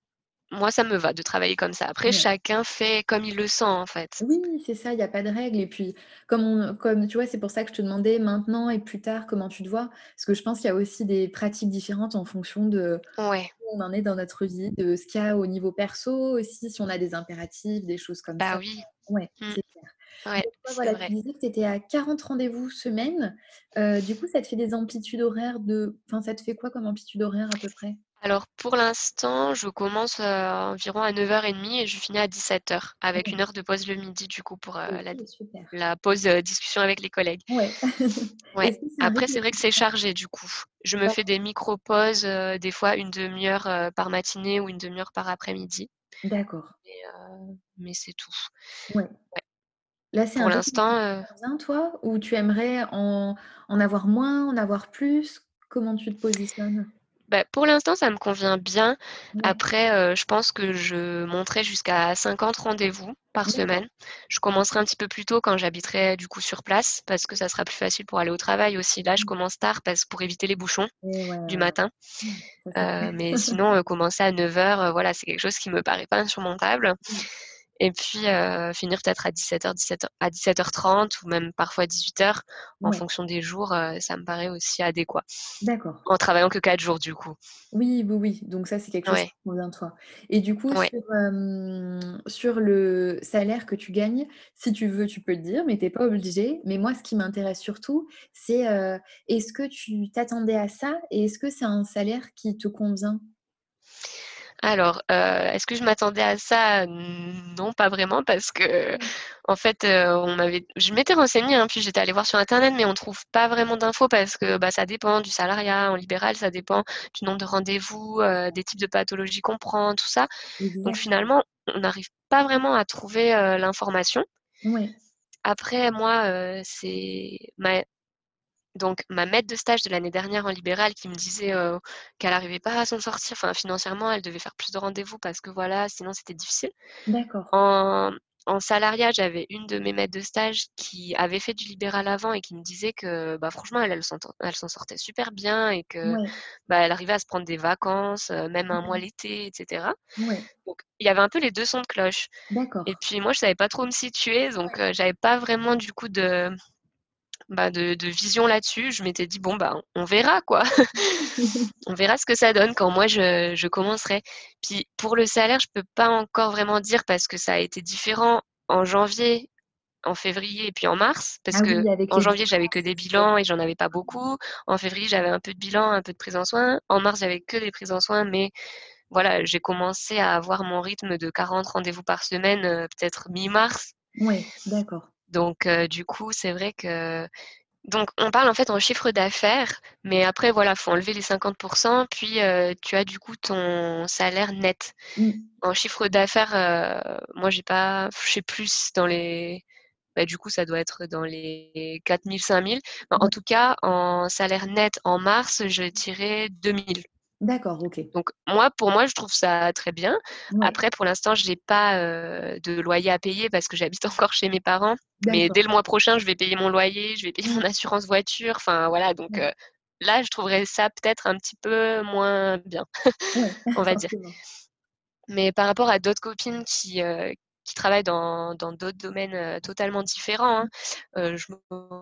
moi, ça me va de travailler comme ça. Après, Ouais. chacun fait comme il le sent, en fait. Oui, c'est ça, il y a pas de règle et puis comme on comme tu vois, c'est pour ça que je te demandais maintenant et plus tard comment tu te vois. Parce que je pense qu'il y a aussi des pratiques différentes en fonction de Ouais, où on en est dans notre vie, de ce qu'il y a au niveau perso aussi, si on a des impératifs, des choses comme bah ça. oui. Ouais, Mmh. c'est clair. Ouais, Donc toi, c'est voilà, tu vrai. disais que tu étais à quarante rendez-vous semaine. Heu, du coup, ça te fait des amplitudes horaires de enfin, ça te fait quoi comme amplitude horaire à peu près? Alors pour l'instant, je commence, heu, environ à neuf heures trente et je finis à dix-sept heures avec Ouais, une heure de pause le midi du coup pour, heu, la OK, super. la pause, heu, discussion avec les collègues. Ouais. Ouais. Est-ce que c'est un Après rythme c'est vrai que qui c'est te va? chargé du coup. Je me fais des micro-pauses, heu, des fois une demi heure, heu, par matinée ou une demi heure par après-midi, D'accord, mais heu, mais c'est tout. ouais. Ouais. Là, c'est un Pour rythme qui l'instant, te heu convient toi? Ou tu aimerais en en avoir moins, en avoir plus? Comment tu te positionnes? Bah, pour l'instant, ça me convient bien. Ouais, Après, heu, je pense que je monterai jusqu'à cinquante rendez-vous par d'accord. semaine. Je commencerai un petit peu plus tôt quand j'habiterai du coup sur place, parce que ça sera plus facile pour aller au travail aussi. Là, je Mmh. commence tard parce pour éviter les bouchons Et ouais, du ouais, ouais. matin. Ça c'est Heu, mais sinon, heu, commencer à neuf heures, heu, voilà, c'est quelque chose qui me paraît pas insurmontable. mmh, Et puis, heu, finir peut-être à dix-sept heures, dix-sept heures à dix-sept heures trente ou même parfois dix-huit heures en ouais, fonction des jours, heu, ça me paraît aussi adéquat. d'accord. En travaillant que quatre jours du coup. Oui, oui, oui, donc ça, c'est quelque chose qui Ouais, te convient toi. Et du coup, ouais. sur, hem, sur le salaire que tu gagnes, si tu veux, tu peux le dire, mais tu es pas obligé. Mais moi, ce qui m'intéresse surtout, c'est, heu, est-ce que tu t'attendais à ça et est-ce que c'est un salaire qui te convient? Alors, heu, est-ce que je m'attendais à ça? Non, pas vraiment parce que Mmh. en fait, heu, on m'avait je m'étais renseignée, hein, puis j'étais allée voir sur internet, mais on trouve pas vraiment d'infos parce que, bah, ça dépend du salariat. En libéral, ça dépend du nombre de rendez-vous, heu, des types de pathologies qu'on prend, tout ça. Donc Exactement. finalement, on n'arrive pas vraiment à trouver, heu, l'information. Ouais, Après moi, heu, c'est ma donc ma maître de stage de l'année dernière en libéral qui me disait, heu, qu'elle arrivait pas à s'en sortir, enfin financièrement, elle devait faire plus de rendez-vous parce que voilà, sinon c'était difficile. d'accord. En en salariat, j'avais une de mes maîtres de stage qui avait fait du libéral avant et qui me disait que, bah, franchement elle elle s'en elle s'en sortait super bien et que, Ouais, bah, elle arrivait à se prendre des vacances, heu, même un mois mmh, l'été et cetera. ouais, Donc il y avait un peu les deux sons de cloche et d'accord. puis moi je savais pas trop me situer donc Ouais. heu, j'avais pas vraiment du coup de bah, de de vision là-dessus. Je m'étais dit: «Bon, bah, on verra quoi. On verra ce que ça donne quand moi je je commencerai». Puis pour le salaire, je peux pas encore vraiment dire parce que ça a été différent en janvier, en février et puis en mars. Parce Ah oui, avec qu'en les janvier, j'avais que différences, des c'est sûr. bilans et j'en avais pas beaucoup. En février, j'avais un peu de bilan, un peu de prise en soins. En mars, j'avais que des prises en soins, mais voilà, j'ai commencé à avoir mon rythme de quarante rendez-vous par semaine, heu, peut-être mi-mars. Ouais, d'accord. Donc heu, du coup, c'est vrai que donc on parle en fait en chiffre d'affaires, mais après voilà, faut enlever les cinquante puis, heu, tu as du coup ton salaire net. Mmh. En chiffre d'affaires, heu, moi j'ai pas je sais plus dans les bah, du coup ça doit être dans les quatre mille-cinq mille. En en Ouais, tout cas, en salaire net en mars, je tirais deux mille. d'accord, OK. Donc moi, pour moi, je trouve ça très bien. Ouais, Après pour l'instant, j'ai pas, heu, de loyer à payer parce que j'habite encore chez mes parents, mais d'accord. dès le mois prochain, je vais payer mon loyer, je vais payer mon Mmh, assurance voiture, enfin voilà donc ouais, heu, là, je trouverais ça peut-être un petit peu moins bien, ouais, on va dire. forcément. Mais par rapport à d'autres copines qui, heu, qui travaillent dans dans d'autres domaines, heu, totalement différents, hein, heu, je me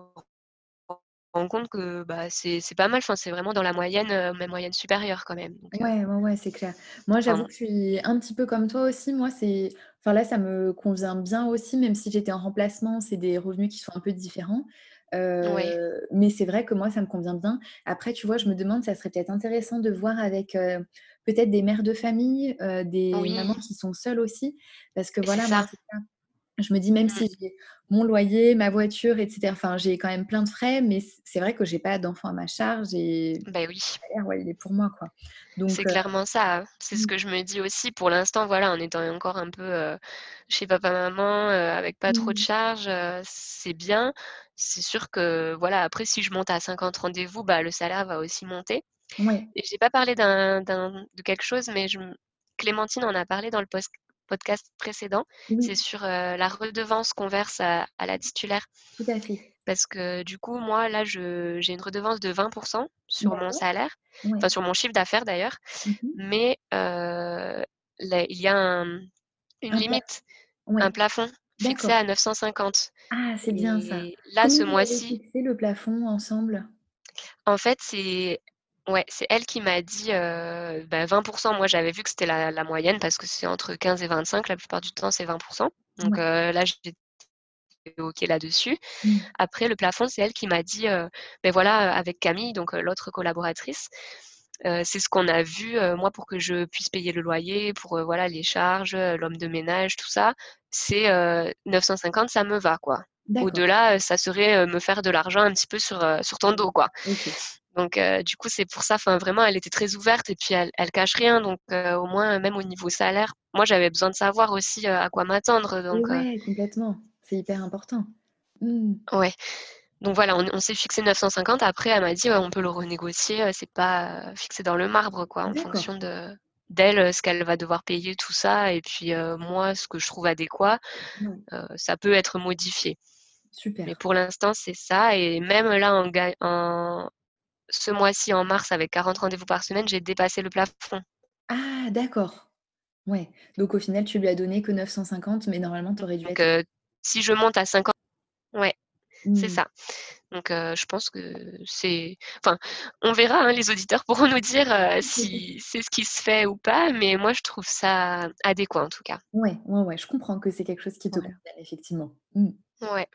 rends compte que, bah, c'est c'est pas mal, enfin, c'est vraiment dans la moyenne, heu, même moyenne supérieure quand même donc heu, Ouais, ouais, ouais, c'est clair. Moi, enfin j'avoue bon. que je suis un petit peu comme toi aussi. Moi, c'est enfin, là, ça me convient bien aussi, même si j'étais en remplacement, c'est des revenus qui sont un peu différents. Ouais. Heu, mais c'est vrai que moi, ça me convient bien. Après, tu vois, je me demande, ça serait peut-être intéressant de voir avec, heu, peut-être des mères de famille, heu, des mamans Oui, qui sont seules aussi. Parce que c'est voilà, moi, ça. c'est ça. Je me dis même Mmh. si j'ai mon loyer, ma voiture et cetera, enfin, j'ai quand même plein de frais, mais c c'est vrai que j'ai pas d'enfant à ma charge et Bah, oui, le salaire, ouais, il est pour moi, quoi. Donc c'est heu, clairement ça, hein. C'est ce mmh, que je me dis aussi. Pour l'instant, voilà, en étant encore un peu, heu, chez papa-maman, heu, avec pas trop de mmh, charges, heu, c'est bien. C'est sûr que, voilà, après si je monte à cinquante rendez-vous, bah, le salaire va aussi monter ouais, et j'ai pas parlé d'un d'un de quelque chose, mais je m Clémentine en a parlé dans le post podcast précédent. C'est oui, sur, heu, la redevance qu'on verse à à la titulaire. tout à fait. Parce que du coup, moi, là, je j'ai une redevance de vingt sur mon D'accord, salaire, ouais. enfin sur mon chiffre d'affaires d'ailleurs, Mmh mh. mais heu, la il y a un une Un plafond, limite, un ouais, plafond fixé d'accord. à neuf cent cinquante Ah, c'est bien ça. et là, Comment ce vous l'avez mois-ci fixé le plafond ensemble? en fait, c'est ouais, c'est elle qui m'a dit, heu, bah, vingt pour cent. Moi, j'avais vu que c'était la la moyenne parce que c'est entre quinze et vingt-cinq, la plupart du temps, c'est vingt pour cent. Donc Ouais. heu, là, j'étais OK là-dessus. Mmh. Après le plafond, c'est elle qui m'a dit, heu: «Beh, voilà, heu, avec Camille», donc heu, l'autre collaboratrice, heu, «c'est ce qu'on a vu, heu, moi pour que je puisse payer le loyer, pour, heu, voilà, les charges, heu, l'homme de ménage, tout ça, c'est, heu, neuf cent cinquante, ça me va, quoi. D'accord. Au-delà, heu, ça serait, heu, me faire de l'argent un petit peu sur, heu, sur ton dos, quoi». OK. Donc heu, du coup, c'est pour ça, enfin, vraiment, elle était très ouverte et puis elle elle cache rien, donc heu, au moins, même au niveau salaire, moi, j'avais besoin de savoir aussi, heu, à quoi m'attendre, Et donc heu ouais, complètement, c'est hyper important. Mmh. ouais. Donc voilà, on on s'est fixé neuf cent cinquante. Après, elle m'a dit: «Ouais, on peut le renégocier, heu, c'est pas, heu, fixé dans le marbre, quoi, en D'accord. fonction de d'elle, heu, ce qu'elle va devoir payer, tout ça et puis, heu, moi, ce que je trouve adéquat, Ouais, heu, ça peut être modifié». Mais super. pour l'instant, c'est ça et même là, en ga en ce mois-ci, en mars, avec quarante rendez-vous par semaine, j'ai dépassé le plafond. Ah d'accord. Ouais, donc au final, tu lui as donné que neuf cent cinquante, mais normalement, tu aurais dû Donc être heu, si je monte à cinquante, ouais, c'est mmh. ça. Donc heu, je pense que c'est enfin, on verra, hein, les auditeurs pourront nous dire, heu, si c'est ce qui se fait ou pas, mais moi je trouve ça adéquat en tout cas. Ouais, ouais, ouais, je comprends que c'est quelque chose qui te Voilà. convienne effectivement. Mmh. Ouais.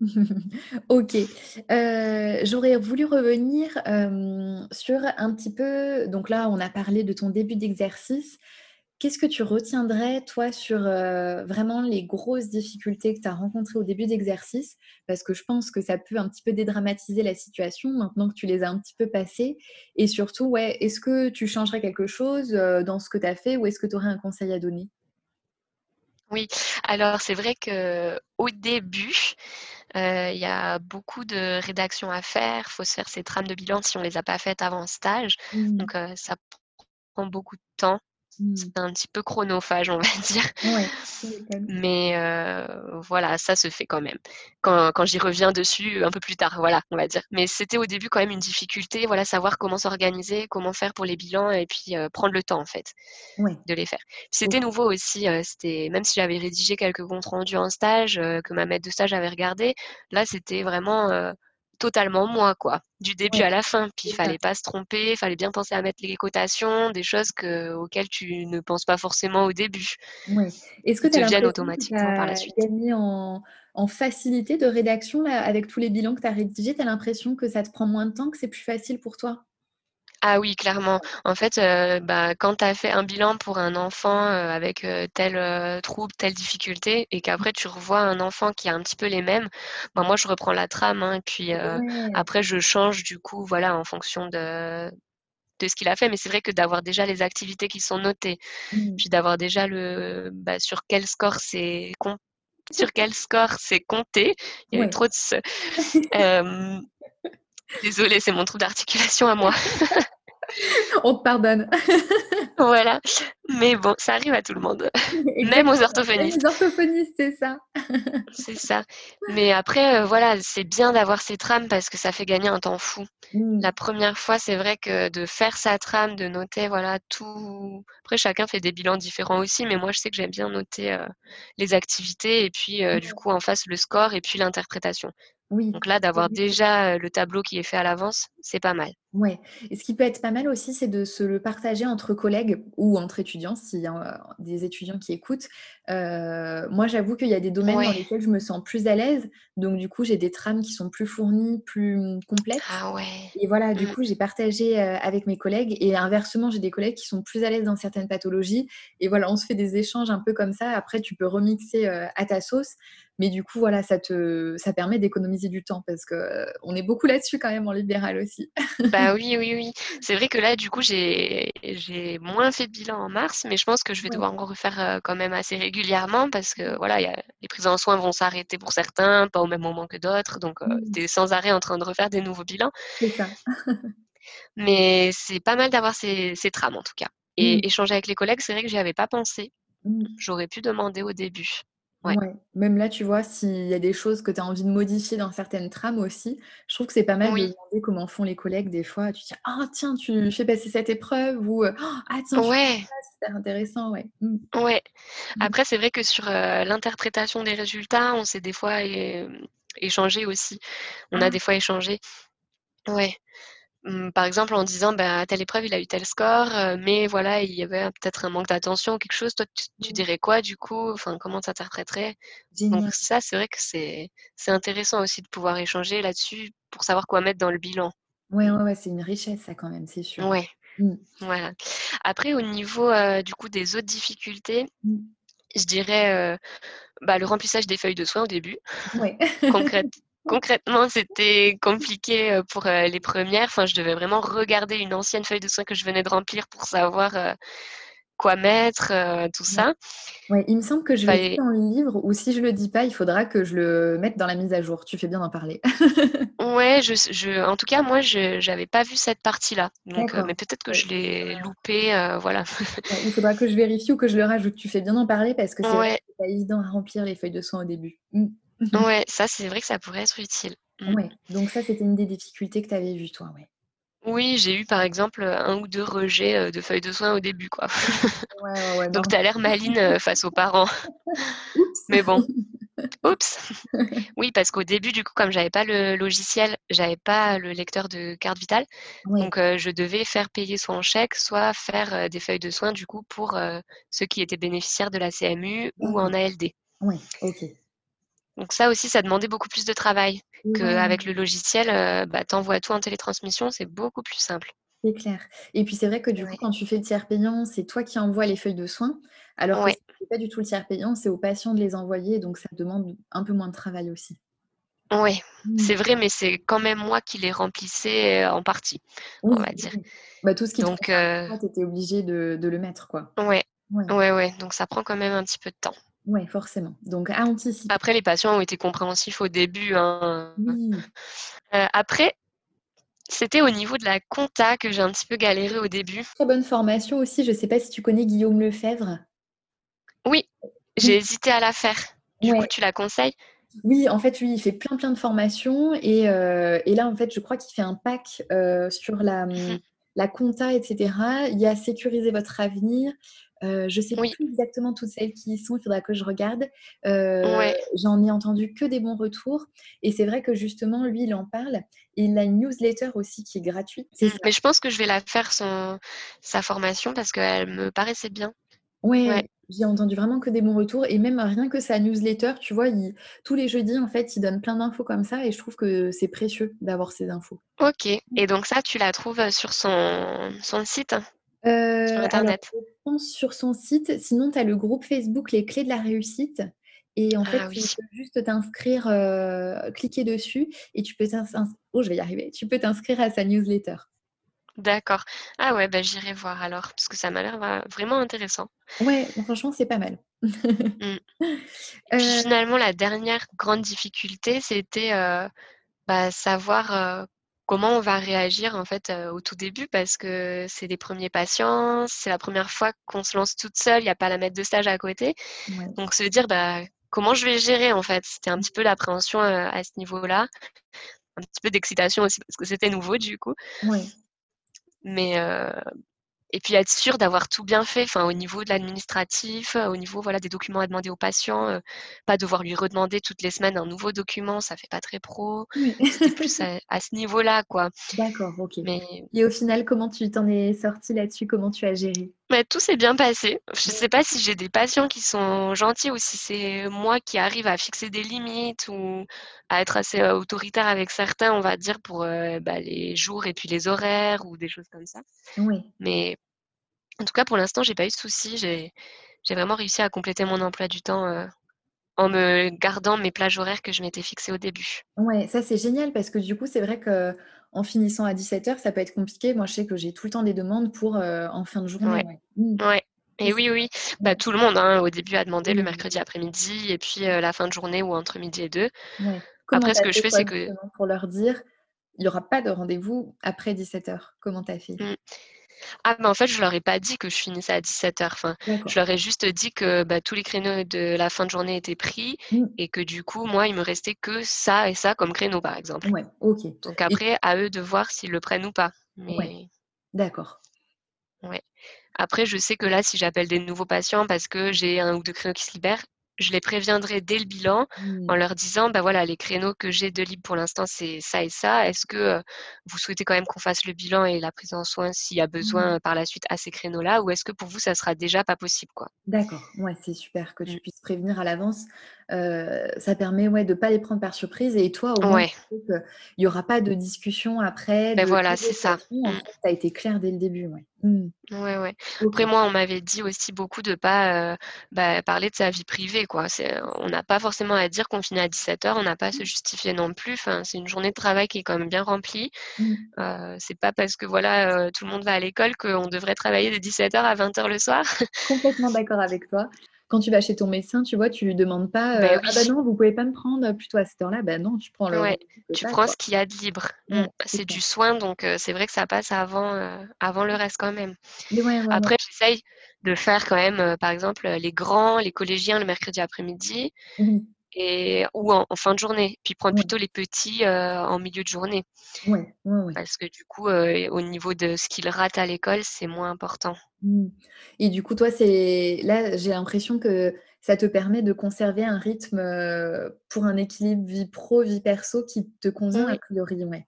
OK. Heu, j'aurais voulu revenir, hem, sur un petit peu donc là, on a parlé de ton début d'exercice. Qu'est-ce que tu retiendrais, toi, sur, heu, vraiment les grosses difficultés que tu as rencontrées au début d'exercice? Parce que je pense que ça peut un petit peu dédramatiser la situation maintenant que tu les as un petit peu passées et surtout, ouais, est-ce que tu changerais quelque chose, heu, dans ce que tu as fait ou est-ce que tu aurais un conseil à donner? Oui, alors c'est vrai qu'au début, heu, il y a beaucoup de rédaction à faire. Faut se faire ses trames de bilan si on les a pas faites avant le stage, Mmh. donc heu, ça prend beaucoup de temps. C'est Mmh. un petit peu chronophage, on va dire. Ouais, tu m'étonnes. Mais heu, voilà, ça se fait quand même. Quand quand j'y reviens dessus un peu plus tard, voilà, on va dire. Mais c'était au début quand même une difficulté, voilà, savoir comment s'organiser, comment faire pour les bilans et puis, heu, prendre le temps en fait, Ouais, de les faire. Puis OK. c'était nouveau aussi, heu, c'était même si j'avais rédigé quelques comptes rendus en stage, heu, que ma maître de stage avait regardé, là c'était vraiment, heu, totalement moi quoi, du début Ouais, à la fin. Puis il c'est ça. fallait pas se tromper, il fallait bien penser à mettre les cotations, des choses que auxquelles tu ne penses pas forcément au début, Ouais. Est-ce que qui tu as deviennent l'impression que tu automatiquement par la as suite. gagné en en facilité de rédaction là, avec tous les bilans que tu as rédigés? Tu as l'impression que ça te prend moins de temps, que c'est plus facile pour toi? Ah oui, clairement. En fait, heu, bah, quand tu as fait un bilan pour un enfant, heu, avec, heu, tel, heu, trouble, telle difficulté et qu'après tu revois un enfant qui a un petit peu les mêmes, bah, moi je reprends la trame, hein, et puis, heu, Ouais. après je change du coup, voilà, en fonction de de ce qu'il a fait. Mais c'est vrai que d'avoir déjà les activités qui sont notées, Mmh. puis d'avoir déjà le bah, sur quel score c'est com sur quel score c'est compté. Il y a eu Ouais. trop de ce hem, désolée, c'est mon trouble d'articulation à moi. On te pardonne. Voilà, mais bon, ça arrive à tout le monde, même aux Exactement, même orthophonistes. les orthophonistes, c'est ça. C'est ça. Mais après, heu, voilà, c'est bien d'avoir ces trames parce que ça fait gagner un temps fou. Mmh. La première fois, c'est vrai que de faire sa trame, de noter, voilà, tout après chacun fait des bilans différents aussi, mais moi je sais que j'aime bien noter, heu, les activités et puis, heu, du Ouais. coup en face le score et puis l'interprétation. Oui. Donc là, d'avoir déjà, heu, le tableau qui est fait à l'avance, c'est pas mal. Ouais et ce qui peut être pas mal aussi, c'est de se le partager entre collègues ou entre étudiants, s'il y a, heu, des étudiants qui écoutent. Heu, moi, j'avoue qu'il y a des domaines dans Ouais. lesquels je me sens plus à l'aise, donc du coup, j'ai des trames qui sont plus fournies, plus, mmh, complètes Ah ouais. et voilà, du Mmh. coup, j'ai partagé, heu, avec mes collègues et inversement, j'ai des collègues qui sont plus à l'aise dans certaines pathologies et voilà, on se fait des échanges un peu comme ça. Après, tu peux remixer, heu, à ta sauce, mais du coup, voilà, ça te ça permet d'économiser du temps parce qu'on est beaucoup là-dessus quand même en libéral aussi. Bah, oui, oui, oui. C'est vrai que là, du coup, j'ai j'ai moins fait de bilan en mars, mais je pense que je vais Ouais. devoir en refaire, heu, quand même assez régulièrement parce que, voilà, il y a les prises en soins vont s'arrêter pour certains, pas au même moment que d'autres, donc heu, Mmh. tu es sans arrêt en train de refaire des nouveaux bilans. C'est ça. Mais c'est pas mal d'avoir ces ces trames, en tout cas Mmh. et échanger avec les collègues, c'est vrai que j'y avais pas pensé. Mmh. J'aurais pu demander au début. Ouais. Ouais, même là, tu vois, s'il y a des choses que tu as envie de modifier dans certaines trames aussi, je trouve que c'est pas mal de Oui. demander comment font les collègues des fois. Tu dis: «Ah tiens, tu fais passer cette épreuve» ou heu: «Ah tiens, tu fais Ouais, ça, super intéressant», ouais. Mmh. ouais. Mmh. Après, c'est vrai que sur, heu, l'interprétation des résultats, on s'est des fois é échangé aussi. On a Ah des fois échangé. Ouais. Mmh, par exemple, en disant: «Bah, à telle épreuve, il a eu tel score, heu, mais voilà, il y avait un- peut-être un manque d'attention ou quelque chose. Toi, tu tu oui, dirais quoi du coup? Enfin, comment tu interpréterais?» Donc génial. ça, c'est vrai que c'est c'est intéressant aussi de pouvoir échanger là-dessus pour savoir quoi mettre dans le bilan. Ouais, Mmh. ouais, ouais, c'est une richesse ça quand même, c'est sûr. Ouais, Mmh. voilà. Après au niveau, heu, du coup des autres difficultés, Mmh. je dirais, heu, bah, le remplissage des feuilles de soins au début. Ouais. Concrète concrètement, c'était compliqué, heu, pour, heu, les premières. Enfin, je devais vraiment regarder une ancienne feuille de soin que je venais de remplir pour savoir, heu, quoi mettre, heu, tout Ouais. ça. Ouais, il me semble que je l'ai dit Fallait dans le livre ou si je le dis pas, il faudra que je le mette dans la mise à jour. Tu fais bien d'en parler. Ouais, je s je en tout cas, moi, je j'avais pas vu cette partie-là, donc heu, D'accord. mais peut-être que Ouais, je l'ai loupé, heu, voilà. ouais, il faudra que je vérifie ou que je le rajoute. Tu fais bien d'en parler parce que c'est vrai que Ouais, c'est pas évident à remplir les feuilles de soins au début. Mmh. ouais, ça, c'est vrai que ça pourrait être utile. Mmh. Ouais, donc ça, c'était une des difficultés que tu avais vues, toi, ouais. Oui, j'ai eu, par exemple, heu, un ou deux rejets, heu, de feuilles de soins au début, quoi. Ouais, ouais, ouais, Donc normal. tu as l'air maline, heu, face aux parents. Oups! Mais bon, oups! Oui, parce qu'au début, du coup, comme j'avais pas le logiciel, j'avais pas le lecteur de carte vitale, Ouais, donc heu, je devais faire payer soit en chèque, soit faire, heu, des feuilles de soins, du coup, pour, heu, ceux qui étaient bénéficiaires de la C M U ou d'accord. en A L D. Ouais, OK. Donc ça aussi, ça demandait beaucoup plus de travail qu'avec le Ouais, logiciel, heu, bah, tu envoies tout en télétransmission, c'est beaucoup plus simple. c'est clair et puis c'est vrai que du coup, Ouais. quand tu fais le tiers payant, c'est toi qui envoies les feuilles de soins, alors que Ouais, si tu fais pas du tout le tiers payant, c'est au patient de les envoyer, donc ça demande un peu moins de travail aussi. ouais, Mmh. c'est vrai, mais c'est quand même moi qui les remplissais, heu, en partie, on Oui, va dire. oui. Bah, tout ce qui te Donc concerne heu, toi, tu étais obligé de de le mettre, quoi. ouais, Ouais, ouais, ouais, donc ça prend quand même un petit peu de temps. ouais, forcément, donc à anticiper. Après, les patients ont été compréhensifs au début, hein. Oui, Heu, après, c'était au niveau de la compta que j'ai un petit peu galéré au début. très bonne formation aussi, je sais pas si tu connais Guillaume Lefebvre? Oui, j'ai Oui, hésité à la faire. Du coup, ouais. tu la conseilles? Oui, en fait, lui, il fait plein, plein de formations et heu et là, en fait, je crois qu'il fait un pack, heu, sur la, Mmh. mmh, la compta et cetera. Il y a sécuriser votre avenir, heu, je sais Oui, plus exactement toutes celles qui y sont, il faudra que je regarde. Heu, ouais. J'en ai entendu que des bons retours et c'est vrai que justement, lui, il en parle et il a une newsletter aussi qui est gratuite. C'est Mmh, ça. mais je pense que je vais la faire son sa formation parce qu'elle me paraissait bien. Ouais, Ouais, j'ai entendu vraiment que des bons retours et même rien que sa newsletter, tu vois, il tous les jeudis, en fait, il donne plein d'infos comme ça et je trouve que c'est précieux d'avoir ces infos. OK, et donc ça, tu la trouves, sur son son site? Sur Heu, alors, internet? je pense sur son site, sinon tu as le groupe Facebook Les Clés de la réussite et en fait, Ah tu oui, peux juste t'inscrire, heu, cliquer dessus et tu peux t'ins ins oh, je vais y arriver, tu peux t'inscrire à sa newsletter. d'accord. Ah ouais, bah, j'irai voir alors, parce que ça m'a l'air va vraiment intéressant. Ouais, franchement, c'est pas mal. Mmh, et puis Heu, finalement, la dernière grande difficulté, c'était, heu, bah, savoir, heu, comment on va réagir en fait, heu, au tout début parce que c'est les premiers patients, c'est la première fois qu'on se lance toute seule, il y a pas la maître de stage à côté. ouais. Donc se dire: «Bah, comment je vais gérer?» en fait, c'était un petit peu l'appréhension, heu, à ce niveau-là. Un petit peu d'excitation aussi parce que c'était nouveau du coup. Ouais. Mais heu et puis être sûr d'avoir tout bien fait, enfin au niveau de l'administratif, heu, au niveau, voilà, des documents à demander au patient, heu, pas devoir lui redemander toutes les semaines un nouveau document, ça fait pas très pro. Ouais. C'était plus à à ce niveau-là, quoi. D'accord, OK. Mais Et au final, comment tu t'en es sortie là-dessus? Comment tu as géré? mais tout s'est bien passé. Je sais Ouais. pas si j'ai des patients qui sont gentils ou si c'est moi qui arrive à fixer des limites ou à être assez, heu, autoritaire avec certains, on va dire, pour, heu, bah, les jours et puis les horaires ou des choses comme ça. Ouais. Mais en tout cas, pour l'instant, j'ai pas eu de soucis. J'ai j'ai vraiment réussi à compléter mon emploi du temps, heu, en me gardant mes plages horaires que je m'étais fixées au début. Ouais, ça c'est génial parce que du coup, c'est vrai qu'en finissant à dix-sept heures, ça peut être compliqué. Moi, je sais que j'ai tout le temps des demandes pour, heu, en fin de journée, Ouais, ouais. Mmh. ouais, Ça et c'est oui, oui, bah, ouais, tout le monde, hein, au début a demandé le oui, mercredi oui, après-midi et puis, heu, la fin de journée ou entre midi et deux. ouais. Comment Après tu ce as que je fait fais, toi c'est que justement pour leur dire: «Il y aura pas de rendez-vous après dix-sept heures»? Comment tu as fait? mmh, Ah, mais en fait, je leur ai pas dit que je finissais à dix-sept heures. Enfin, je D'accord. leur ai juste dit que, bah, tous les créneaux de la fin de journée étaient pris Mmh. et que du coup, moi, il me restait que ça et ça comme créneau, par exemple. Ouais, OK. Donc Et après, à eux de voir s'ils le prennent ou pas. ouais, Mais d'accord. ouais. Après, je sais que là, si j'appelle des nouveaux patients parce que j'ai un ou deux créneaux qui se libèrent, je les préviendrai dès le bilan Mmh. en leur disant: «Bah, voilà, les créneaux que j'ai de libre pour l'instant, c'est ça et ça. Est-ce que, heu, vous souhaitez quand même qu'on fasse le bilan et la prise en soin s'il y a Mmh. besoin, heu, par la suite à ces créneaux-là? Ou est-ce que pour vous, ça sera déjà pas possible, quoi?» D'accord, ouais, c'est super que tu Mmh. puisses prévenir à l'avance. Heu, ça permet, ouais, de pas les prendre par surprise et toi, au moins, Ouais, tu sais qu'il y aura pas de discussion après, beh, de voilà, c'est ça. négociation. En Mmh. fait, tu as été clair dès le début, ouais. Mmh. Ouais, ouais. OK. Après moi, on m'avait dit aussi beaucoup de pas, heu, bah, parler de sa vie privée, quoi. C'est on n'a pas forcément à dire qu'on finit à dix-sept heures, on n'a pas à se justifier non plus. Enfin, c'est une journée de travail qui est quand même bien remplie. Mmh. Heu, c'est pas parce que voilà, heu, tout le monde va à l'école qu'on devrait travailler de dix-sept heures à vingt heures le soir. Complètement d'accord avec toi. Quand tu vas chez ton médecin, tu vois, tu lui demandes pas, Beh, heu: «Ah bah oui, non, vous pouvez pas me prendre plutôt à cette heure-là». Bah non, tu prends le ouais. rendez-vous que Tu tu as, prends ce quoi. qu'il y a de libre. Mmh. Ouais, c'est C'est ça. du soin donc heu, c'est vrai que ça passe avant, heu, avant le reste quand même. Mais ouais, ouais, ouais. Après j'essaye de faire quand même, heu, par exemple, heu, les grands, les collégiens le mercredi après-midi. Oui, Et ou en en fin de journée, puis prendre ouais, plutôt les petits, heu, en milieu de journée. ouais, ouais, ouais. Parce que du coup, heu, au niveau de ce qu'ils ratent à l'école, c'est moins important. Mmh. Et du coup, toi, c'est là, j'ai l'impression que ça te permet de conserver un rythme, heu, pour un équilibre vie pro, vie perso qui te convient a Oui. priori, ouais.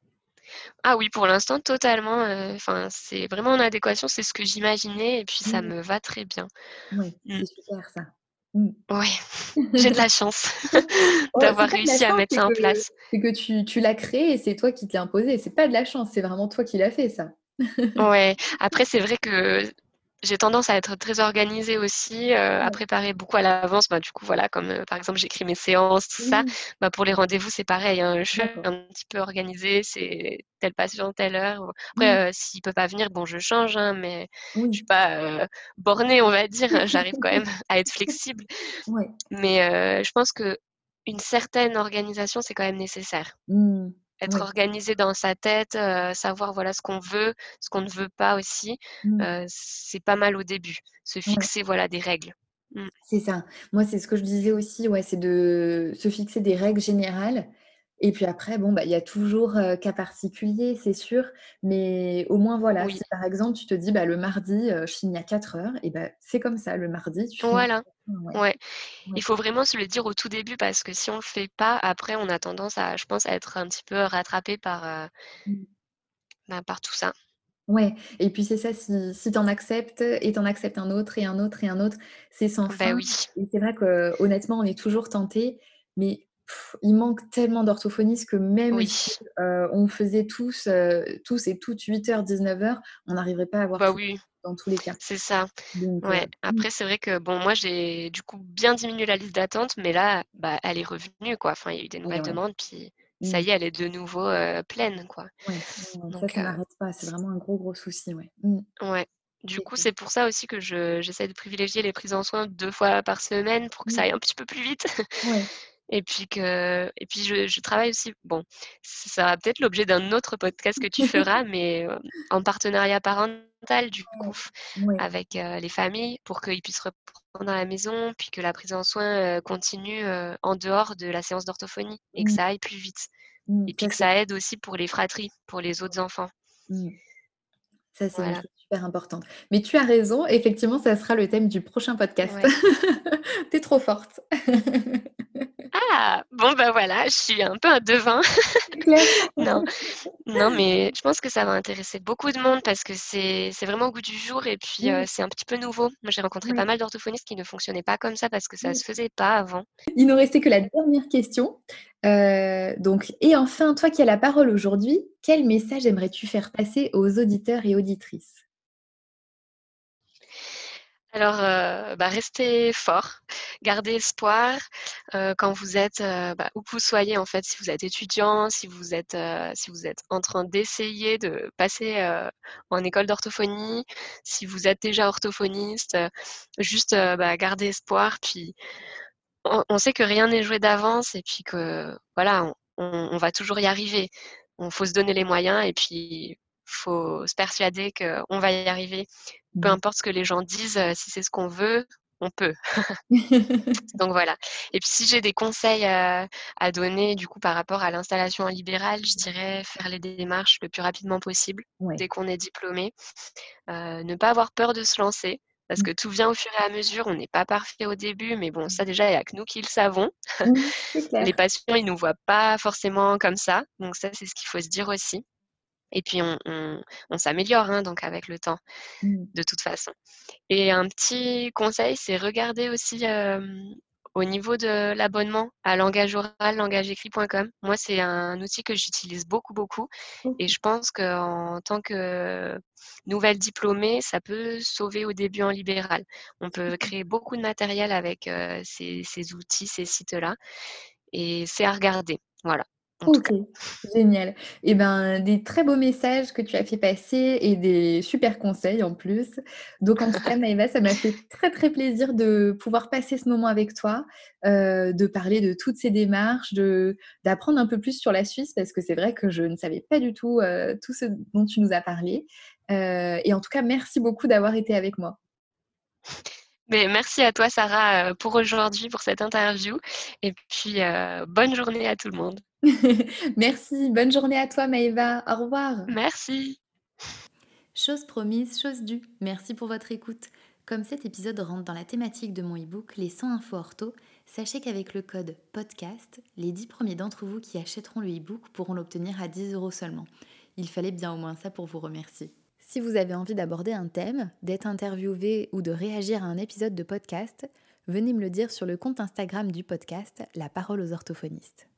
Ah oui, pour l'instant totalement, heu, enfin, c'est vraiment en adéquation, c'est ce que j'imaginais et puis ça Mmh. me va très bien. Ouais, Mmh. c'est super ça. Mmh. Ouais, j'ai de la chance Oh, c'est d'avoir pas de la réussi à chance, mettre c'est ça en que place. c'est que tu tu l'as créé et c'est toi qui te l'as imposé. C'est pas de la chance, c'est vraiment toi qui l'as fait ça. Ouais, après c'est vrai que j'ai tendance à être très organisée aussi, heu, à Ouais. préparer beaucoup à l'avance. Bah, du coup, voilà, comme, heu, par exemple, j'écris mes séances, tout ça. Oui, Bah, pour les rendez-vous, c'est pareil, hein, je suis d'accord. un petit peu organisée, c'est tel patient, telle heure. Mmh. Après, heu, s'il peut pas venir, bon, je change, hein, mais je Oui. suis pas, heu, bornée, on va dire. J'arrive quand même à être flexible. Ouais. Mais, heu, je pense qu'une certaine organisation, c'est quand même nécessaire. Mmh. Être Oui. organisé dans sa tête, heu, savoir, voilà, ce qu'on veut, ce qu'on ne veut pas aussi, Mmh. heu, c'est pas mal au début. Se Ouais. fixer, voilà, des règles. Mmh. C'est ça. Moi, c'est ce que je disais aussi, ouais, c'est de se fixer des règles générales et puis après, bon, bah, il y a toujours, heu, cas particuliers, c'est sûr, mais au moins, voilà, Oui, si par exemple, tu te dis: «Bah, le mardi, heu, je finis à quatre heures» et bah, c'est comme ça, le mardi, tu finis voilà, à quatre heures, ouais. ouais. Ouais. Il faut vraiment se le dire au tout début parce que si on le fait pas, après on a tendance à, je pense, à être un petit peu rattrapé par, heu, Mmh. bah, par tout ça. Ouais et puis c'est ça, si si tu en acceptes et tu en acceptes un autre et un autre et un autre, c'est sans Bah, fin oui, et c'est vrai qu'honnêtement, on est toujours tenté, mais pff, il manque tellement d'orthophonistes que même si, oui. heu, on faisait tous, heu, tous et toutes huit heures dix-neuf heures, on n'arriverait pas à avoir Bah, tout oui, dans tous les cas. c'est ça. Donc heu, Ouais. mmh, Après c'est vrai que, bon, moi j'ai du coup bien diminué la liste d'attente, mais là, bah, elle est revenue, quoi. Enfin, il y a eu des et nouvelles ouais. demandes, puis ça Mmh. y est, elle est de nouveau, heu, pleine, quoi. Ouais, ouais, ouais, ça, Donc ça heu, n'arrête pas, c'est c vraiment un gros, gros souci, ouais. Mmh, ouais. Du c'est coup, clair. c'est pour ça aussi que je j'essaie de privilégier les prises en soin deux fois par semaine pour que ça Mmh, aille un petit peu plus vite. ouais. Et puis que et puis je je travaille aussi, bon, ça sera peut-être l'objet d'un autre podcast que tu feras, mais hem, en partenariat parental du coup, Ouais, avec, heu, les familles pour qu'ils puissent reprendre à la maison, puis que la prise en soin, heu, continue, heu, en dehors de la séance d'orthophonie et que mmh, ça aille plus vite. mmh, Et puis ça que c'est ça aide aussi pour les fratries, pour les autres enfants. mmh. Ça, c'est une Voilà, chose super importante. Mais tu as raison, effectivement, ça sera le thème du prochain podcast. ouais. Tu es trop forte. Ah! Bon, bah, voilà, je suis un peu un devin. C'est clair. Non. Non, mais je pense que ça va intéresser beaucoup de monde parce que c'est c'est vraiment au goût du jour et puis, heu, Mmh, c'est un petit peu nouveau. Moi, j'ai rencontré pas ouais, mal d'orthophonistes qui ne fonctionnaient pas comme ça parce que ça mmh. se faisait pas avant. Il nous restait que la dernière question. Heu, donc et enfin, toi qui as la parole aujourd'hui, quel message aimerais-tu faire passer aux auditeurs et auditrices? Alors, heu, bah, restez fort, gardez espoir, heu, quand vous êtes, heu, bah, où que vous soyez en fait, si vous êtes étudiant, si vous êtes, heu, si vous êtes en train d'essayer de passer, heu, en école d'orthophonie, si vous êtes déjà orthophoniste, heu, juste, heu, bah, gardez espoir puis On on sait que rien n'est joué d'avance et puis que voilà, on on on va toujours y arriver. Il faut se donner les moyens et puis faut se persuader qu'on va y arriver. Peu Mmh. importe ce que les gens disent, heu, si c'est ce qu'on veut, on peut. Donc voilà. Et puis si j'ai des conseils, heu, à donner du coup par rapport à l'installation en libéral, je dirais faire les démarches le plus rapidement possible, Ouais. dès qu'on est diplômé. Heu, ne pas avoir peur de se lancer, parce Mmh. que tout vient au fur et à mesure. On n'est pas parfait au début, mais bon, ça déjà, il y a que nous qui le savons. Mmh, c'est Les clair. patients, ils nous voient pas forcément comme ça, donc ça, c'est ce qu'il faut se dire aussi. Et puis on on on s'améliore, hein, donc avec le temps, Mmh. de toute façon. Et un petit conseil, c'est regarder aussi, hem, au niveau de l'abonnement à langage oral, langage écrit point com. Moi, c'est un outil que j'utilise beaucoup, beaucoup et OK. je pense qu'en tant que nouvelle diplômée, ça peut sauver au début en libéral. On peut créer beaucoup de matériel avec, heu, ces ces outils, ces sites-là et c'est à regarder. Voilà, en tout OK, cas. génial. Et ben, des très beaux messages que tu as fait passer et des super conseils en plus. Donc en tout cas, Maëva, ça m'a fait très, très plaisir de pouvoir passer ce moment avec toi, heu, de parler de toutes ces démarches, de d'apprendre un peu plus sur la Suisse parce que c'est vrai que je ne savais pas du tout, heu, tout ce dont tu nous as parlé. Heu et en tout cas, merci beaucoup d'avoir été avec moi. Mais merci à toi Sarah, heu, pour aujourd'hui, pour cette interview et puis, heu, bonne journée à tout le monde. Merci, bonne journée à toi Maëva. Au revoir. Merci. Chose promise, chose due. Merci pour votre écoute. Comme cet épisode rentre dans la thématique de mon e-book Les cent infos ortho, sachez qu'avec le code podcast, les dix premiers d'entre vous qui achèteront le e-book pourront l'obtenir à dix euros seulement. Il fallait bien au moins ça pour vous remercier. Si vous avez envie d'aborder un thème, d'être interviewé ou de réagir à un épisode de podcast, venez me le dire sur le compte Instagram du podcast La Parole aux orthophonistes.